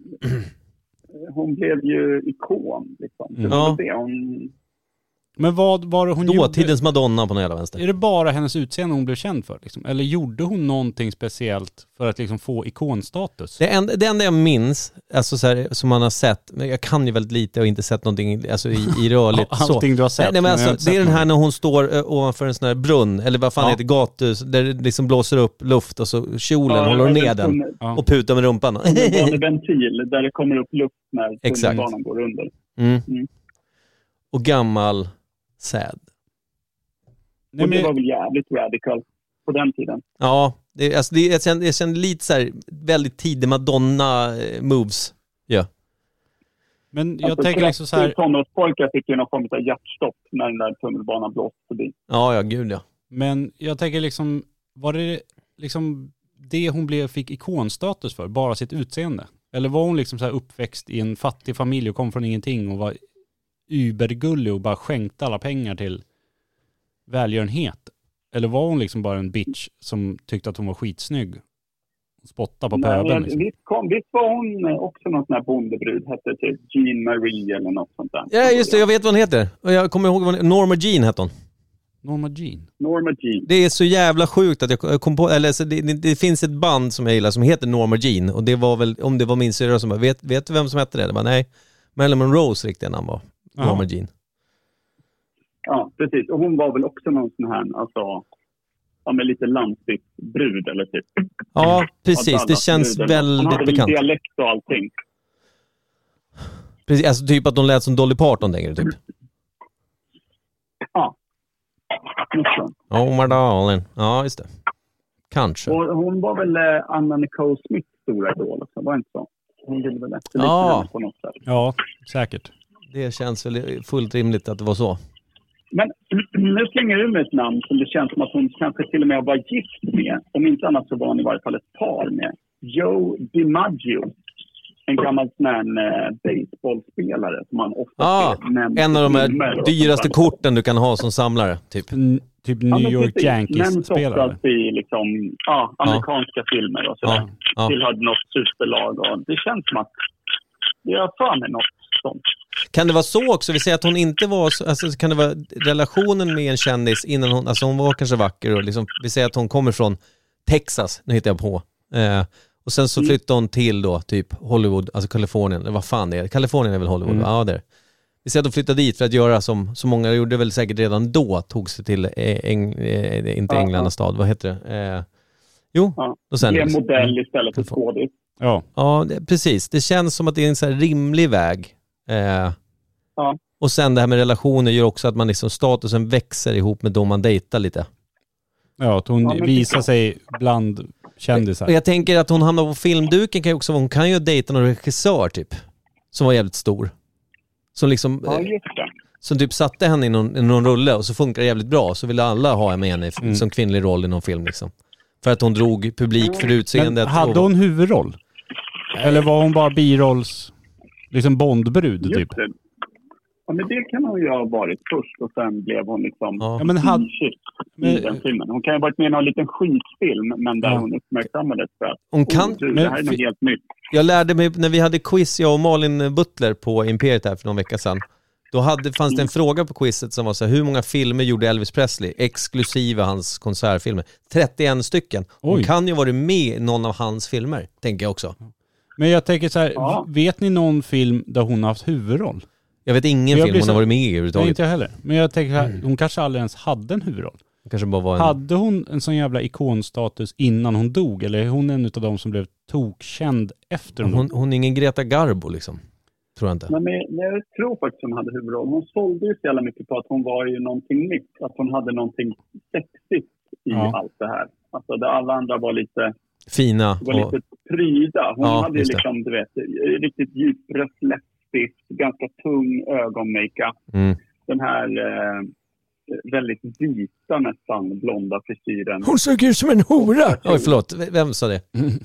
hon blev ju ikon. Liksom. Det Mm. var Ja. väl det. Hon, Men vad var det hon gjorde? Dåtidens Madonna på någon jävla vänster. Är det bara hennes utseende hon blev känd för? Liksom? Eller gjorde hon någonting speciellt för att liksom få ikonstatus? Det enda, det enda jag minns, alltså så här, som man har sett, men jag kan ju väldigt lite och inte sett någonting alltså i, i rörligt så. Allting du har sett. Nej, nej, men jag har alltså, inte det är sett den här något. när hon står uh, ovanför en sån här brunn, eller vad fan Ja. heter gatus, där det liksom blåser upp luft och så kjolen Ja, håller hon eller ner den tunnel- Ja. och putar med rumpan. tunnelbaneventil där det kommer upp luft när Exakt. tunnelbanan går under. mm. Mm. Och gammal, sad. Nej, och det men, var väl jävligt radical på den tiden. Ja, det, alltså det, jag, kände, jag kände lite så här väldigt tidig Madonna-moves. Ja. men jag Alltså, tänker liksom så här. tonårspojkar fick ju någon form av hjärtstopp när den där tunnelbanan blåste förbi. Ja, ja, gud ja. Men jag tänker liksom, var det liksom det hon blev, fick ikonstatus för? Bara sitt utseende? Eller var hon liksom så här uppväxt i en fattig familj och kom från ingenting och var übergullig och bara skänkte alla pengar till välgörenhet? Eller var hon liksom bara en bitch som tyckte att hon var skitsnygg? Spotta på Nej, pöbeln liksom. visst, kom, visst var hon också någon sån här bondebrud, hette typ Jean Marie eller något sånt där. Ja, just det, jag vet vad hon heter. Och jag kommer ihåg vad hon, Norma Jean hette hon. Norma Jean. Norma Jean. Det är så jävla sjukt att jag kom på, eller så det, det, det finns ett band som jag gillar som heter Norma Jean och det var väl, om det var min syrra som bara, vet, vet du vem som hette det? Det var nej. Marilyn Monroes riktiga namn var Jaha. Norma Jean. Ja, precis. Och hon var väl också någon sån här, alltså, ja, med lite landsbygdsbrud eller typ. Ja, precis. Det känns brud, eller- hon väldigt hade bekant. dialekt och allting. Precis, alltså typ att de lät som Dolly Parton längre typ. Ja. Nästan. Oh my darling. Ja, just det. Kanske. Och hon var väl eh, Anna Nicole Smiths stora idol också, var det inte så? Hon ville väl efterlikna Ja. henne på något sätt. Ja, säkert. Det känns väl fullt rimligt att det var så. Men nu slänger du med ett namn som det känns som att hon kanske till och med var gift med. Om inte annat så var hon i varje fall ett par med. Joe DiMaggio. En gammal sån här eh, baseballspelare som man ofta Ah, ser nämnd en av de i filmer här och dyraste sånt där. korten du kan ha som samlare, typ. N- typ Ja, New men York precis. Nämns Yankees-spelare. oftast i liksom, ja, amerikanska filmer och sådär. Ja, ja. Tillhörde något superlag och det känns som att det är fan med något sånt. Kan det vara så också? Vi säger att hon inte var så, alltså kan det vara relationen med en kändis innan hon, alltså hon var kanske vacker och liksom, vi säger att hon kommer från Texas, nu hittar jag på. Eh, och sen så flyttade hon till då typ Hollywood, alltså Kalifornien, eller vad fan det är. Kalifornien är väl Hollywood? Mm. Ja, det är. Vi säger att de flyttade dit för att göra som så många gjorde väl säkert redan då, tog sig till eh, Eng, eh, inte Ja, England ja. stad, vad heter det? Eh, jo, Ja. och sen Blev modell istället för skådis. Ja. Ja, det, precis. Det känns som att det är en så här rimlig väg. Eh, Ja. Och sen det här med relationer gör också att man liksom statusen växer ihop med de man dejtar lite. Ja, att hon Ja, men visar det- sig bland kändisar. Och jag tänker att hon hamnar på filmduken kan ju också vara, hon kan ju dejta någon regissör typ. Som var jävligt stor. Som liksom, Ja, eh, just det. som typ satte henne i någon, i någon rulle och så funkar det jävligt bra. Så ville alla ha med henne i- Mm. som kvinnlig roll i någon film liksom. För att hon drog publik för utseendet. Men hade och- hon huvudroll? Eller var hon bara birolls, liksom Bondbrud Just typ? det. Ja, men det kan hon ju ha varit först och sen blev hon liksom Ja. Ja, men hade... shit i Men- den filmen. Hon kan ju ha varit med i någon liten skitfilm, men där Ja. hon uppmärksammades för att Hon kan, oh, du, men- det här är något helt nytt. Jag lärde mig när vi hade quiz, jag och Malin Butler på Imperiet här för någon vecka sedan. Då hade, fanns det en fråga på quizet som var så här, hur många filmer gjorde Elvis Presley exklusive hans konsertfilmer? trettioen stycken. Hon Oj. kan ju vara med i någon av hans filmer, tänker jag också. Men jag tänker så här, Ja. vet ni någon film där hon har haft huvudroll? Jag vet ingen Jag film blir hon så- har varit med i Nej, överhuvudtaget. inte jag heller. Men jag tänker så här, hon kanske aldrig ens hade en huvudroll. Hon kanske bara var en... Hade hon en sån jävla ikonstatus innan hon dog? Eller är hon en av de som blev tokkänd efter hon, hon, dog? hon är ingen Greta Garbo liksom. Tror jag inte. Men med, jag tror faktiskt hon hade huvudroll. Hon sålde ju så jävla mycket på att hon var ju någonting nytt. Att hon hade någonting sexigt i Ja. allt det här. Alltså där alla andra var lite, Fina. var Och, lite pryda. Hon Ja, hade ju just det. liksom, du vet, riktigt djuprött läppstift, ganska tung ögonmakeup. mm. Den här eh, väldigt vita nästan blonda frisyren. Hon såg ut som en hora. Oj, förlåt. V- Vem sa det?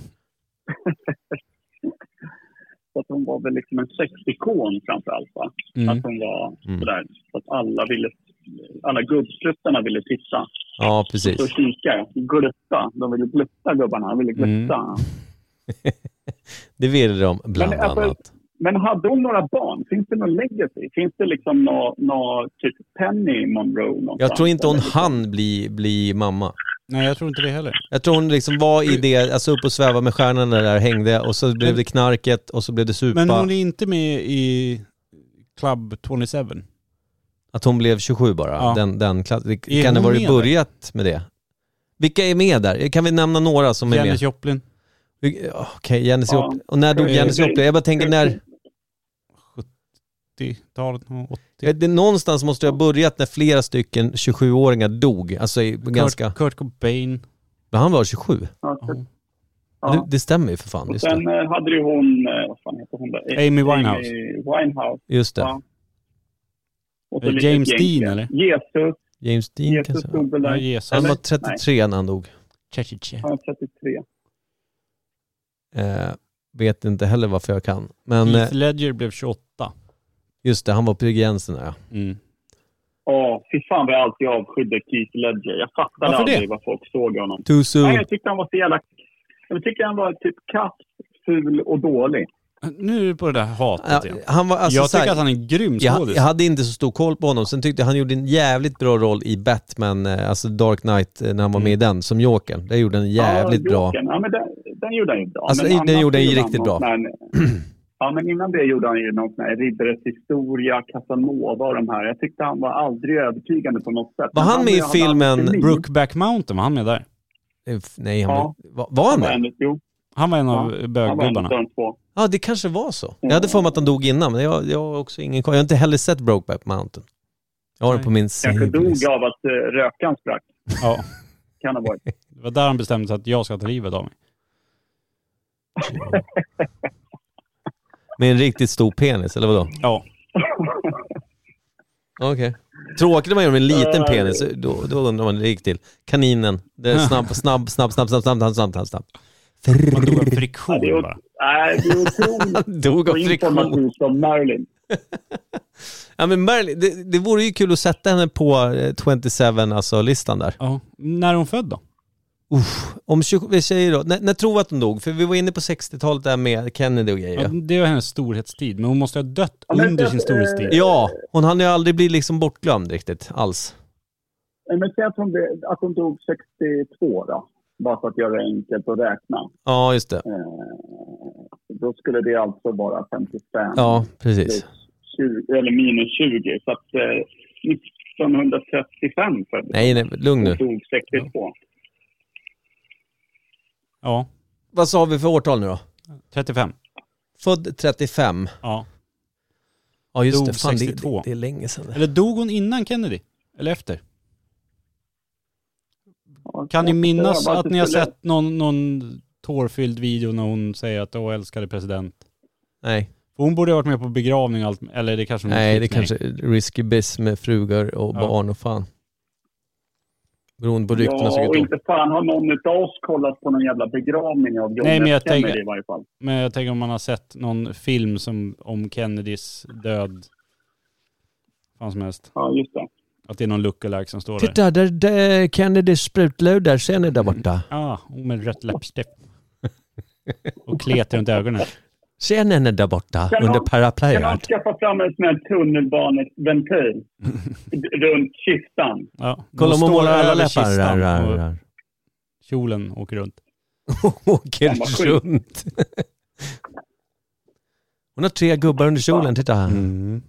Så att hon var väl liksom en sexikon framförallt, va? Mm. Att hon var Mm. sådär. Så att alla ville, alla gubbstruttarna ville titta. Ja, Så precis. kika, glutta. De ville glutta gubbarna, de ville glutta. Mm. Det vill de bland Men, alltså, annat. Men hade hon några barn? Finns det någon legacy? Finns det liksom någon nå, typ Penny Monroe någonstans? Jag tror inte hon Eller liksom- hann bli, bli mamma. Nej, jag tror inte det heller. Jag tror hon liksom var i det, alltså upp och sväva med stjärnorna där, hängde och så blev det knarket och så blev det supa. Men hon är inte med i Club tjugosju? Att hon blev tjugosju bara. Ja. Den, den klass, det, Är kan det hon vara med börjat med det? Vilka är med där? Kan vi nämna några som är med? Janis Joplin? Vi- Okej, Janis Ja. Joplin. Och när dog Eh, Janis Joplin? Jag bara tänker när... åttiotalet och åttio. Ja, det, någonstans måste det ha börjat när flera stycken tjugosjuåringar dog. Alltså i, ganska... Kurt, Kurt Cobain. Men han var tjugosju. Ja, Ja. så- ja. Det, det stämmer ju för fan. Och Just sen det. eh, hade ju hon, eh, vad fan heter hon där? Amy Winehouse. Amy Winehouse. Just det. Ja. Och så Eh, lite James gäng. Dean, eller? Jesus. James Dean Jesus kanske. stod väl Ja, där. Jesus. Han Eller? var trettiotre när han dog. Che-che-che. Han var trettiotre. Eh, vet inte heller varför jag kan. Men eh, Heath Ledger blev tjugoåtta. just det, han var på gränsen där. Ja. Mm. Åh, fy fan vad jag alltid avskydde Keith Ledger. Jag fattade Varför det? aldrig vad folk såg i honom. Too Nej, soon. jag tyckte han var så jävla... Jag tyckte han var typ kass, ful och dålig. Nu är det på det där hatet Ja, igen. han var, alltså, Jag så här, tycker att han är en grym jag, skådis. jag hade inte så stor koll på honom. Sen tyckte jag han gjorde en jävligt bra roll i Batman, eh, alltså Dark Knight, eh, när han var med i den, som Jokern. Det gjorde en jävligt ja, bra. Jokern. Ja, men den, den gjorde han ju bra. Alltså, Men den annars gjorde han ju gjorde riktigt bra. någon sån här- Ja, men innan det gjorde han ju någon sån här Riddares historia, Casanova och de här. Jag tyckte han var aldrig övertygande på något sätt. Var Men han med i han filmen aldrig- Brokeback Mountain, var han med där? Eh, Nej, han Ja. var, var han Han var med? en, jo, Han var en av han var en böggubbarna. av de två. Ja, det kanske var så. Jag hade för mig att han dog innan, men jag, jag har också ingen koll. Jag har inte heller sett Brokeback Mountain. Jag har den på min Kanske dog save-list. av att uh, rökan sprack. Ja, Kan ha varit. det var där han bestämde sig att jag ska ta livet av mig. Med en riktigt stor penis, eller vadå? Ja, Okej. Tråkigt om man gör med en liten penis, då, då undrar man hur det gick till. Kaninen, det är snabb, snabb, snabb, snabb, snabb, snabb, snabb, snabb, snabb. man dog av Ja, friktion det är, bara. nej, det är otroligt Dog av friktion. informativt om Marilyn. Ja, men Marilyn, det, det vore ju kul att sätta henne på eh, tjugosju, alltså listan där. Ja. När är hon född då? Uff, om tjugo, vi säger då, när, när tror vi att hon dog? För vi var inne på sextiotalet där med Kennedy och grejer. Ja, det var hennes storhetstid, men hon måste ha dött Ja, men under det- sin storhetstid. Ja, hon hann ju aldrig bli liksom bortglömd riktigt alls. Men säg att hon, att hon dog sextiotvå då. Bara för att göra det enkelt att räkna. Ja, just det. Eh, då skulle det alltså vara femtiofem. Ja, precis. tjugo, eller minus tjugo. Så att eh, nittonhundratrettiofem föddes Nej, nej, lugn hon. nu. Dog sextiotvå. Ja, Vad sa vi för årtal nu då? trettiofem. Född trettiofem. Ja. Ja, just Dog det. Fan, det, sextiotvå. det, det är länge sedan. Eller dog hon innan Kennedy? Eller efter? Ja, Kan ni så- minnas så- att ni har skulle- sett någon, någon tårfylld video när hon säger att åh, älskade president? Nej, För hon borde ha varit med på begravning och allt, eller det kanske hon nej inte det fick, kanske är risky biz med frugar och Ja. barn och fan. Beroende på ryktena Ja, såg och ut inte fan har någon av oss kollat på någon jävla begravning av John Nej, men jag F. Kennedy tänker- i varje fall. Men jag tänker om man har sett någon film som, om Kennedys död. Fan som helst. Ja, just det. Att det är någon lookalike som står där. Titta, där, där Kennedys sprutlöv där, ser ni där borta? Ja, och med rött läppstift. Och kletar runt ögonen. Ser ni henne där borta Kan under någon- Kan man paraplyet? skaffa fram en sån här tunnelbaneventil runt kistan? Ja, Kolla om hon står målar alla över läppar. kistan Där, där, och där. Kjolen åker runt. Åker Fan, vad sjukt. runt. Hon har tre gubbar under kjolen, titta. Mm.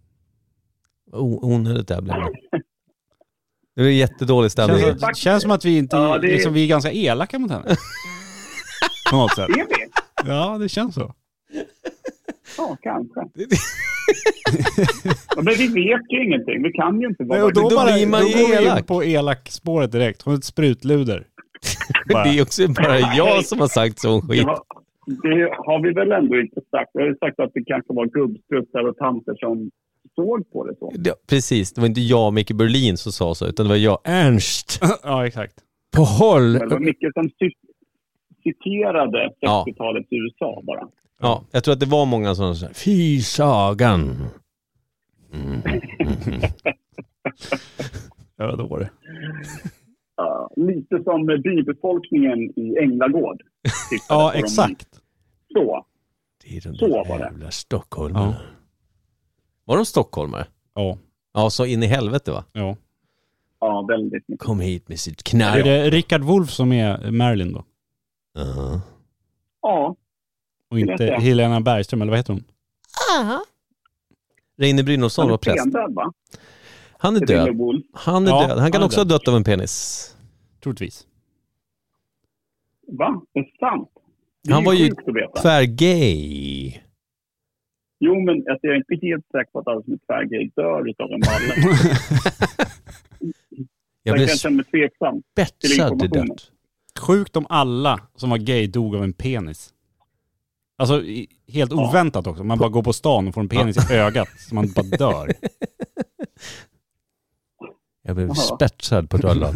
O- onödigt där blev det. Det är jättedålig stämning. Känns, faktiskt- känns som att vi inte, Ja, det är- liksom, vi är ganska elaka mot henne. På något sätt. Är vi? Ja, det känns så. Ja, kanske. Ja, men vi vet ju ingenting. Vi kan ju inte vara... Nej, och då, Då bara, blir man då ju går vi in elak. på elak-spåret direkt. Hon är ett sprutluder. Bara. Det är också bara jag som har sagt sån det, skit. har, det har vi väl ändå inte sagt. Vi har ju sagt att det kanske var gubbstruttar och tanter som såg på det så. Ja, precis, det var inte jag, Micke Berlin, som sa så, utan det var jag. Ernst, Ja, exakt. på håll. Men det var mycket som ci- citerade Ja. sextiotalets U S A bara. Ja, jag tror att det var många sådana så här. Fy sagan. Ja, då var det. Ja, lite som bybefolkningen i Änglagård. tittade Ja, på dem. exakt. Så. Det är de Så där var det. jävla stockholmarna. Var de stockholmare? Ja, Ja, så in i helvete va? ja. Ja, väldigt mycket. Kom hit med sitt Är knark. det Rickard Wolff som är Marilyn då? Uh-huh. Ja, Och Det vet inte jag. Helena Bergström, eller vad heter hon? Reine Brynolfsson han var är präst. stendöd va? Han är Rille död. Wolf. Han är Ja, död. Han kan han är också ha död. dött av en penis. Troligtvis. Va? Det är sant? Det är Han var ju sjukt att veta. tvärgay. Jo, men alltså, jag är inte helt säker på att alla som är tvärgay dör utav en balle. Jag Jag blev kan känna mig tveksam. spetsad till informationen. dött. Sjukt om alla som var gay dog av en penis. Alltså i- helt Ja. oväntat också. Man bara går på stan och får en penis i ögat så man bara dör. Jag blev Jaha. spetsad på dollarn.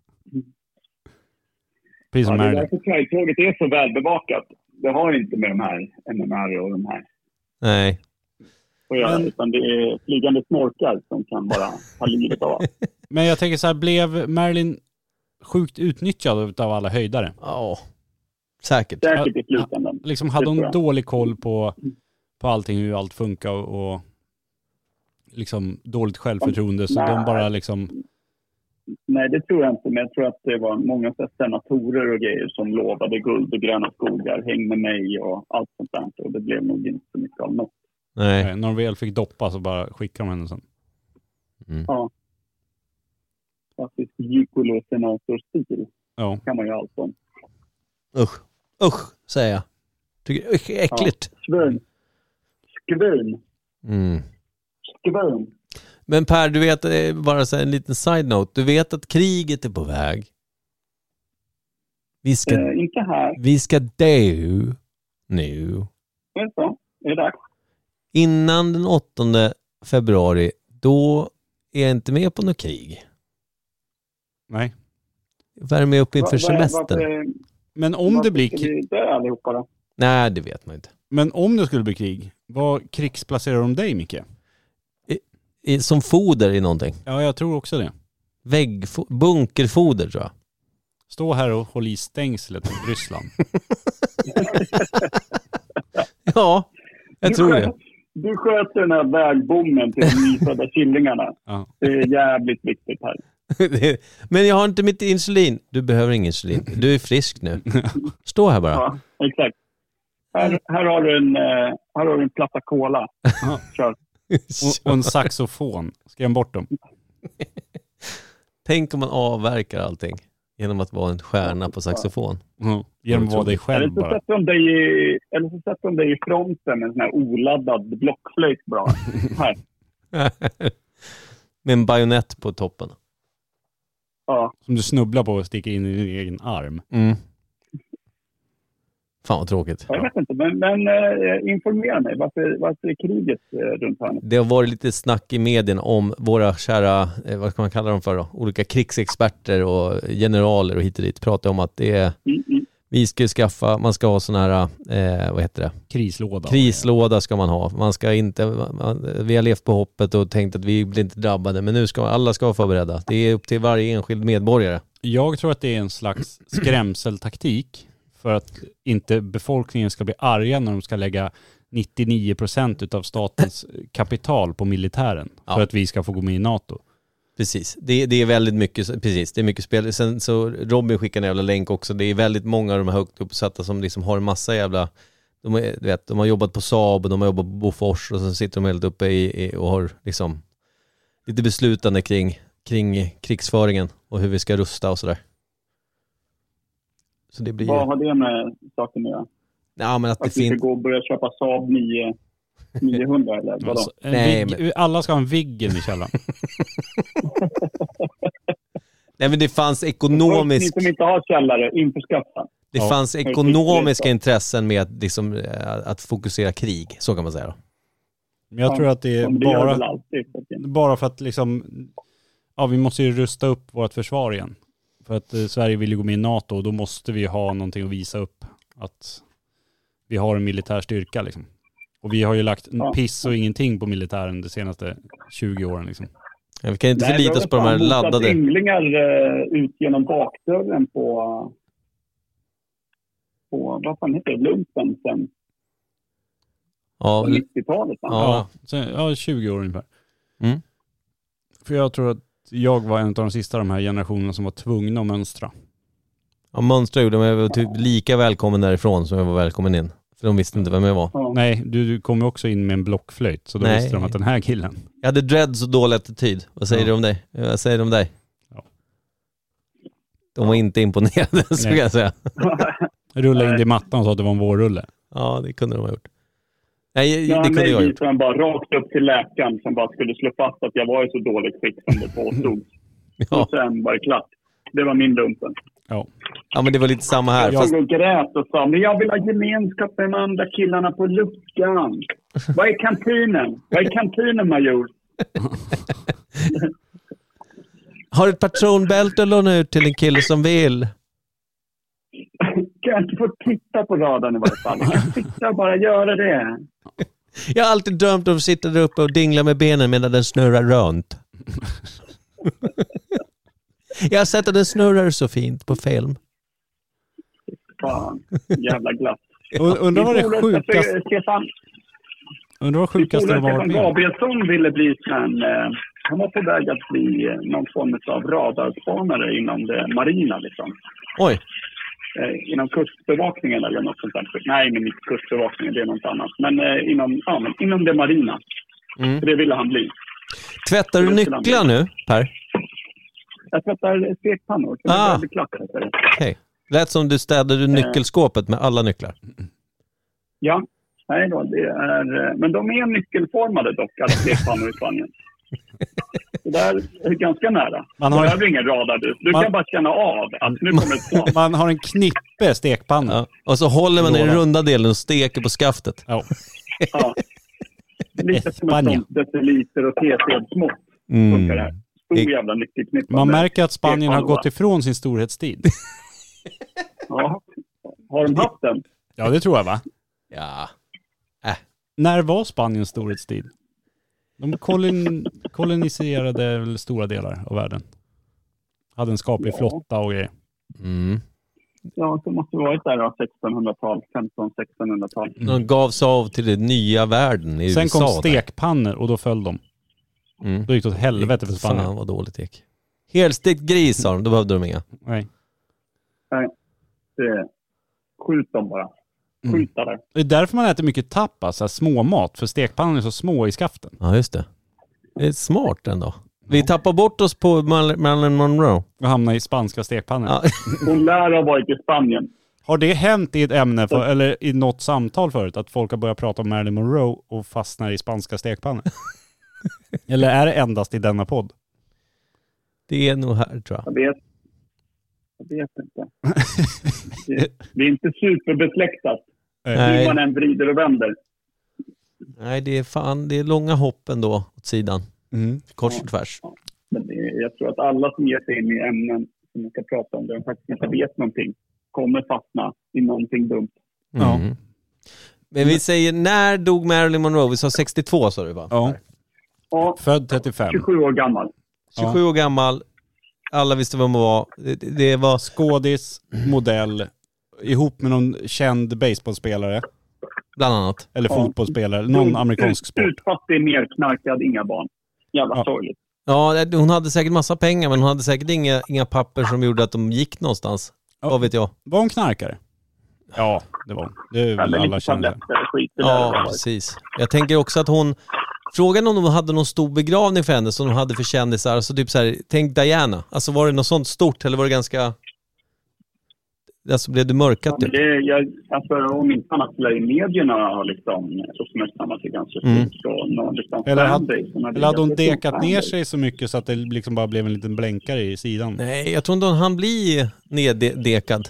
Precis Ja, som det är Marilyn. därför Pride-tåget är så välbevakat. Det har inte med de här M M R och de här Nej. att göra. Men- Utan det är flygande snorkar som kan bara ta livet av oss. Men jag tänker så här, blev Marilyn sjukt utnyttjad av alla höjdare? Ja, säkert. Säkert i slutändan. Liksom Det hade tror hon jag. dålig koll på, på allting, hur allt funkar och, och liksom dåligt självförtroende så Nej. de bara liksom nej, det tror jag inte. Men jag tror att det var många så här senatorer och grejer som lovade guld och gröna skogar, häng med mig och allt sånt där. Och det blev nog inte så mycket av något. Nej. Nej, när de väl fick doppa så bara skickade de henne sen. Mm. Ja. Faktiskt gigolo-senator-stil Ja. kan man ju allt om. Usch. Usch, säger jag. Tycker usch, äckligt. Ja. Skvun. Skvun. Mm. Skvun. Men Per, du vet, eh, bara så här en liten side note. Du vet att kriget är på väg. Vi ska, Eh, inte här. vi ska dö nu. Är det så? Är det dags? Innan den åttonde februari, då är jag inte med på något krig. Nej. Värmer upp inför Va- va- semestern. varför- Men om varför det blir ska krig, vi dö allihopa då? Nej, det vet man inte. men om det skulle bli krig, vad krigsplacerar de dig, Micke? I, som foder i någonting. Ja, jag tror också det. Väggfo- bunkerfoder tror jag. Stå här och håll i stängslet mot Ryssland. Ja, jag Du tror sköt- det. Du sköter den här vägbommen till de nyfödda killingarna. Ja. Det är jävligt viktigt här. Men jag har inte mitt insulin. Du behöver ingen insulin. Du är frisk nu. Stå här bara. Ja, exakt. Här, här, har du en, eh, här har du en platta cola. Ja. Kör. Och, och en saxofon. Skräm bort dem. Tänk om man avverkar allting genom att vara en stjärna på saxofon. Ja. Genom att vara dig Eller själv så, bara. sätter de dig i, eller så sätter de dig i fronten med en sån här oladdad blockflöjt bra. Här. Med en bajonett på toppen. Ja. Som du snubblar på och sticker in i din egen arm. Mm. Fan vad tråkigt. Jag vet inte, men, men eh, informera mig. Varför, varför är kriget eh, runt hörnet? Det har varit lite snack i medien om våra kära, eh, vad ska man kalla dem för då? Olika krigsexperter och generaler och hit och dit. Pratar om att det är, Mm, mm. vi ska skaffa, man ska ha sån här, eh, vad heter det? Krislåda. Krislåda ska man ha. Man ska inte, man, vi har levt på hoppet och tänkt att vi blir inte drabbade. Men nu ska alla ska vara förberedda. Det är upp till varje enskild medborgare. Jag tror att det är en slags skrämseltaktik för att inte befolkningen ska bli arga när de ska lägga nittionio procent av statens kapital på militären Ja. för att vi ska få gå med i NATO. Precis. Det, det är väldigt mycket, precis. Det är mycket spel. Sen så Robin skickar en jävla länk också. Det är väldigt många av de här högt uppsatta som liksom har en massa jävla, de, är, du vet, de har jobbat på Saab och de har jobbat på Bofors och så sitter de helt uppe i, i och har liksom lite beslutande kring, kring krigsföringen och hur vi ska rusta och sådär. Så det blir Vad ju, har det med saken att göra? ja, men att det Att vi ska finns, gå och börja köpa Saab nio niohundra eller vadå? Alltså, en Nej, Vigg, alla ska ha en Viggen i källaren. nej men det fanns Folk ekonomisk, som inte har källare, införskaffa. det Ja. fanns ekonomiska intressen med att, liksom, eh, att fokusera krig, så kan man säga då. Men jag tror att det är Som det gör väl bara, alltid. så att- bara för att liksom, ja, vi måste ju rusta upp vårt försvar igen. För att eh, Sverige vill ju gå med i NATO och då måste vi ha någonting att visa upp att vi har en militär styrka liksom. Och vi har ju lagt Ja. piss och ingenting på militären de senaste tjugo åren liksom. Ja, vi kan inte Nej, förlita vi oss på de har här fan motat laddade. ynglingar eh, ut genom bakdörren på, på vad fan heter det, lumpen sen Ja, på nittiotalet. va? Ja. Ja, så, ja, tjugo år ungefär. Mm. För jag tror att jag var en av de sista av de här generationerna som var tvungna att mönstra. ja, mönstra gjorde mig var typ lika välkommen därifrån som jag var välkommen in. För de visste inte vem jag var. Ja. Nej, du, du kom ju också in med en blockflöjt så då Nej. visste de att den här killen. Jag hade dreads och dålig attityd. Vad säger Ja. du om dig? Vad säger du om dig? Ja. De var inte imponerade, så Nej. kan jag säga. Rulla in det i mattan och sa att det var en vårrulle. Ja, det kunde de ha gjort. Nej, Ja, det kunde mig jag ha gjort. visade han bara rakt upp till läkaren som bara skulle slå fast att jag var i så dåligt skick som det påstod. Ja. Och sen var det klart. Det var min lumpen. Ja. ja, men det var lite samma här. Jag Fast, och grät och sa, men jag vill ha gemenskap med de andra killarna på luckan. Vad är kantinen? Vad är kantinen, major? har du ett patronbälte att låna ut till en kille som vill? Kan jag inte få titta på radarn i varje fall? Jag kan sitta och bara göra det. Jag har alltid drömt om att sitta där uppe och dingla med benen medan den snurrar runt. Jag har sett att den snurrar så fint på film. Fan, jävla glass. Und- Undrar vad det Min polare sjukaste, Stefan, undrar vad min sjukaste det polare var Stefan med. Gabrielsson ville bli en, eh, han var på väg att bli någon form av radarspanare inom det marina liksom. Oj. Eh, inom kustbevakningen eller något sånt där. Nej, men inte kustbevakningen, det är något annat. Men eh, inom, ja, men inom det marina. Mm. För det ville han bli. Tvättar du nycklar nu, Per? Jag tvättar stekpannor. Ah. Okej. Okay. Lät som du städade nyckelskåpet med alla nycklar. Ja, nej då, det är... Men de är nyckelformade dock, alla stekpannor i Spanien. Det där är ganska nära. Man har... har... Det behöver ingen radar du. Du man... kan bara känna av att nu kommer ett slag. Man har en knippe stekpannor. Ja. Och så håller man i den runda delen och steker på skaftet. Ja. Ja. Lite som ett deciliter och teskedsmått. Mm. Funkar det här. Stor jävla nyckelknippa. Man märker att Spanien har gått ifrån sin storhetstid. Ja. Har de haft den? Ja, det tror jag, va? Ja. Äh. När var Spaniens storhetstid? De kolon... koloniserade väl stora delar av världen. Hade en skaplig ja. flotta och grejer. Mm. Ja, så måste det varit där då, sextonhundratal, femton sextonhundratal. Mm. De gav sig av till den nya världen i Sen U S A. kom stekpannor och då föll de. Mm. Då gick det åt helvete för Spanien. Fan vad dåligt gick. Helstekt gris sa de, då behövde de inga. Nej. Nej, det... skjut dem bara. Skjuta mm. där. Det är därför man äter mycket tapas, så här småmat, för stekpannan är så små i skaften. Ja, just det. Det är smart ändå. Vi tappar bort oss på Marilyn Monroe. Och hamnar i spanska stekpannor. Ja. Hon lär ha varit i Spanien. Har det hänt i ett ämne för, eller i något samtal förut att folk har börjat prata om Marilyn Monroe och fastnar i spanska stekpannor? Eller är det endast i denna podd? Det är nog här, tror jag. Jag vet, jag vet inte. Det, det är inte superbesläktat. Hur man än vrider och vänder. Nej, det är fan, det är långa hopp ändå åt sidan. Mm. Kors och tvärs. Ja, ja. Men det, jag tror att alla som ger sig in i ämnen som man ska prata om, där de faktiskt inte vet någonting, kommer fastna i någonting dumt. Mm. Ja. Men vi säger, när dog Marilyn Monroe? Vi sa sextiotvå, sa du, va? Ja. Ja. Född trettiofem. tjugosju år gammal. tjugosju ja. år gammal. Alla visste vem hon var. Det, det var skådis, modell, ihop med någon känd baseballspelare. Bland annat. Eller ja. fotbollsspelare. Någon ut, amerikansk sport. Utfattig, nerknarkad, inga barn. Jävla ja. sorgligt. Ja, hon hade säkert massa pengar, men hon hade säkert inga, inga papper som gjorde att de gick någonstans. Ja. Vad vet jag. Var hon knarkare? Ja, det var hon. Det är väl alla kände. Ja, precis. Jag tänker också att hon... Frågan om de hade någon stor begravning för henne som de hade för kändisar. Alltså typ så här, tänk Diana. Alltså var det något sånt stort eller var det ganska... Alltså blev det mörkat typ? Ja, det, jag, alltså om inte annat skulle i medierna har liksom uppmärksammat det ganska stort. Mm. Så någon liksom eller hade, eller hade hon dekat ner sig så mycket så att det liksom bara blev en liten blänkare i sidan? Nej, jag tror inte hon hann bli neddekad.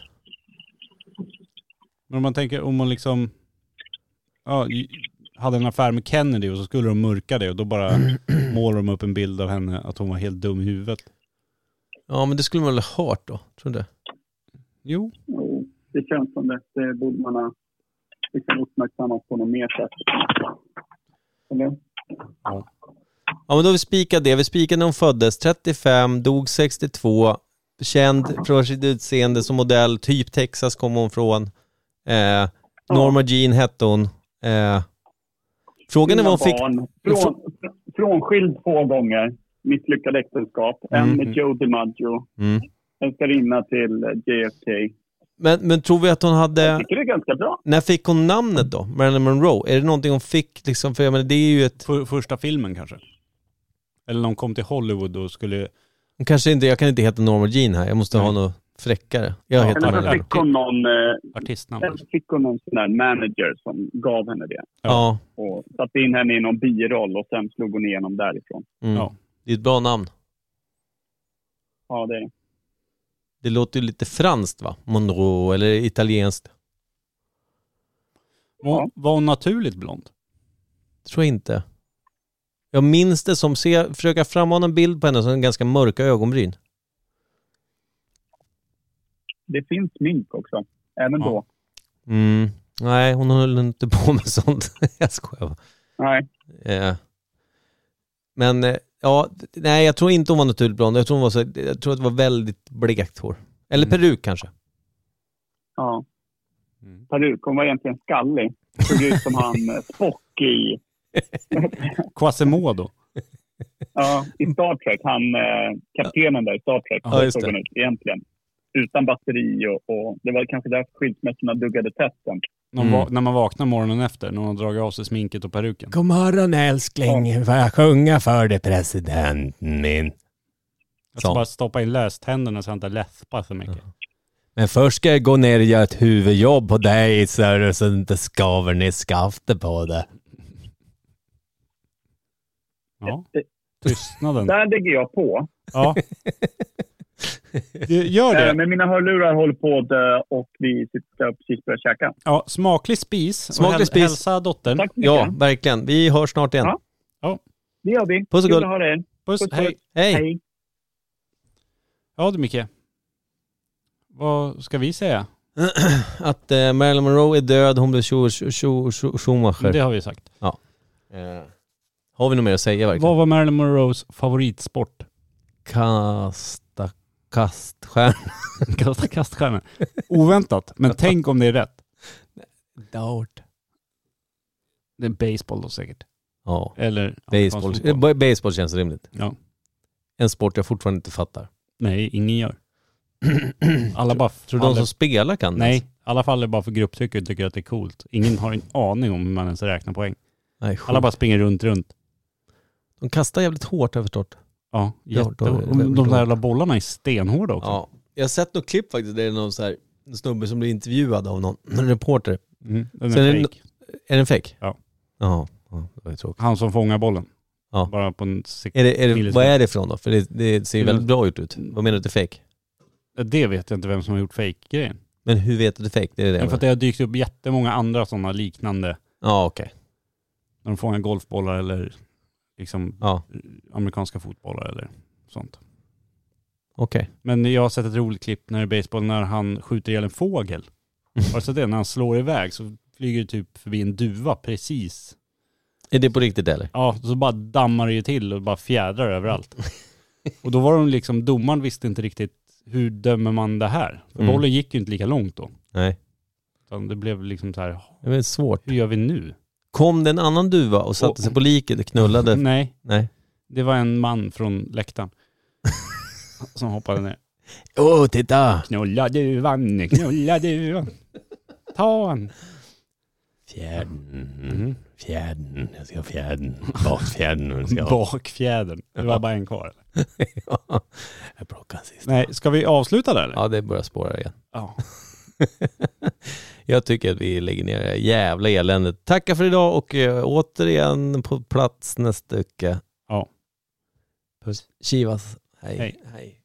Men om man tänker, om man liksom... Ja... hade en affär med Kennedy och så skulle de mörka det och då bara målar de upp en bild av henne att hon var helt dum i huvudet. Ja, men det skulle man väl ha hört då, tror du? Jo. Jo, det känns som det. Det borde man ha liksom uppmärksammat på något mer sätt. Eller? Ja. Ja, men då har vi spikat det. Vi spikade när hon föddes. trettiofem, dog sextiotvå. Känd för sitt utseende som modell. Typ Texas kom hon från. Eh, Norma ja. Jean hette hon. Eh, Frågan är vad hon fick... Från, frånskild två gånger. Misslyckad äktenskap. Mm. En med Joe DiMaggio. Mm. En ska rinna till J F K. Men, men tror vi att hon hade... Jag tycker det är ganska bra. När fick hon namnet då? Marilyn Monroe? Är det någonting hon fick liksom? För jag menar, det är ju ett... För, första filmen kanske. Eller när hon kom till Hollywood och skulle... Hon kanske inte... Jag kan inte heta Norma Jean här. Jag måste mm. ha något fräckare. Jag ja, heter eller fick hon någon... Eh, artistnamn. Eller fick hon någon sån där manager som gav henne det. Ja. Och satte in henne i någon biroll och sen slog hon igenom därifrån. Mm. Ja. Det är ett bra namn. Ja, det är det. Det låter ju lite franskt, va? Monroe eller italienskt. Var, var hon naturligt blond? Tror jag inte. Jag minns det som... Se, försöka frammana en bild på henne som en ganska mörka ögonbryn. Det finns smink också. Även ja. då. Mm. Nej, hon höll inte på med sånt. Jag skojar. Nej. Ja. Men... Ja, nej, jag tror inte hon var naturligt blond. Jag tror hon var så, jag tror att det var väldigt blekt hår. Eller mm. peruk kanske. Ja. Mm. Peruk, hon var egentligen skallig. Såg ut som han Spock i... Quasimodo. Ja, i Star Trek. Han, eh, kaptenen där i Star Trek. Ja, så just såg det. han ut egentligen. Utan batteri och, och det var kanske därför skilsmässorna duggade testen. När, Mm. va- när man vaknar morgonen efter, när man har dragit av sig sminket och peruken. God morgon älskling, får jag sjunga för dig presidenten min? Jag ska Så. bara stoppa in löständerna så jag inte läspar så mycket. Men först ska jag gå ner och göra ett huvudjobb på dig så att det inte skaver ner skaftet på det. Ja, tystnaden. Där lägger jag på. Ja. Det- Gör Eh, det. men mina hörlurar håller på att dö och vi ska precis börja käka. Ja, smaklig spis. Och Smaklig häl- spis. Hälsa dottern. Tack så mycket. Ja, verkligen. Vi hörs snart igen. Ja. Det gör vi. Puss och Kul gull. att ha er. Puss, Puss, hej. puss. Hej! Hej. Ja du Micke. Vad ska vi säga? Att eh, Marilyn Monroe är död, hon blev Schu- Schu- Schu- Schu- Schumacher. Det har vi sagt. Eh, har vi något mer att säga verkligen? Vad var Marilyn Monroes favoritsport? Kasta kaststjärna. Kasta kaststjärna. Oväntat, men tänk om det är rätt. Dart. Det är baseball då säkert. Ja, Eller baseball. amerikansk Eh, fotboll. ba- Baseball känns rimligt. Ja. En sport jag fortfarande inte fattar. Nej, ingen gör. Alla bara Tror du de faller- som spelar kan det? Nej, alla faller bara för grupptryck och tycker att det är coolt. Ingen har en aning om hur man ens räknar poäng. Nej, Alla bara springer runt, runt. De kastar jävligt hårt har jag förstått. Ja, Ja, jätte... då är det och de väldigt där jävla bollarna är stenhårda också. Ja. Jag har sett något klipp faktiskt där det är någon så här en snubbe som blir intervjuad av någon en reporter. Mm, den Sen är är det fake. Är den fake? Ja. Jaha, ja, det var ju tråkigt. Han som fångar bollen. Ja. Bara på en sek- Är det, är det, millisekund. vad är det från då? För det, det ser ju Det är väldigt bra ut ut. Vad menar du att det är fake? Det vet jag inte vem som har gjort fake-grejen. Men hur vet du att det är fake? Det är det. Men för att det har dykt upp jättemånga andra sådana liknande. Ja, okej. När de fångar golfbollar eller liksom Ja, amerikanska fotbollar eller sånt. okej. Men jag har sett ett roligt klipp när det är baseball när han skjuter ihjäl en fågel. Har du sett det? När han slår iväg så flyger det typ förbi en duva precis. Är det på riktigt eller? Ja, så bara dammar det ju till och bara fjädrar överallt. Och då var de liksom, domaren visste inte riktigt hur dömer man det här? För Mm. bollen gick ju inte lika långt då. Nej. Utan det blev liksom så här, Det är väl svårt. hur gör vi nu? Kom det en annan duva och satte Och- sig på liket och knullade? Nej, Nej. det var en man från läktaren som hoppade ner. Åh, oh, titta! Knulla duvan, knulla duvan. Ta han. Fjärden. Mm. Fjärden. Jag ska ha fjärden. Bakfjärden. Jag ska ha. Bakfjädern. Det var bara en kvar. Ja. Jag plockar sist. Nej, ska vi avsluta där eller? Ja, det börjar spåra igen. Ja. Jag tycker att vi lägger ner det här jävla eländet. Tackar för idag och eh, återigen på plats nästa vecka. Ja. Puss. Chivas. Hej. Hej. Hej.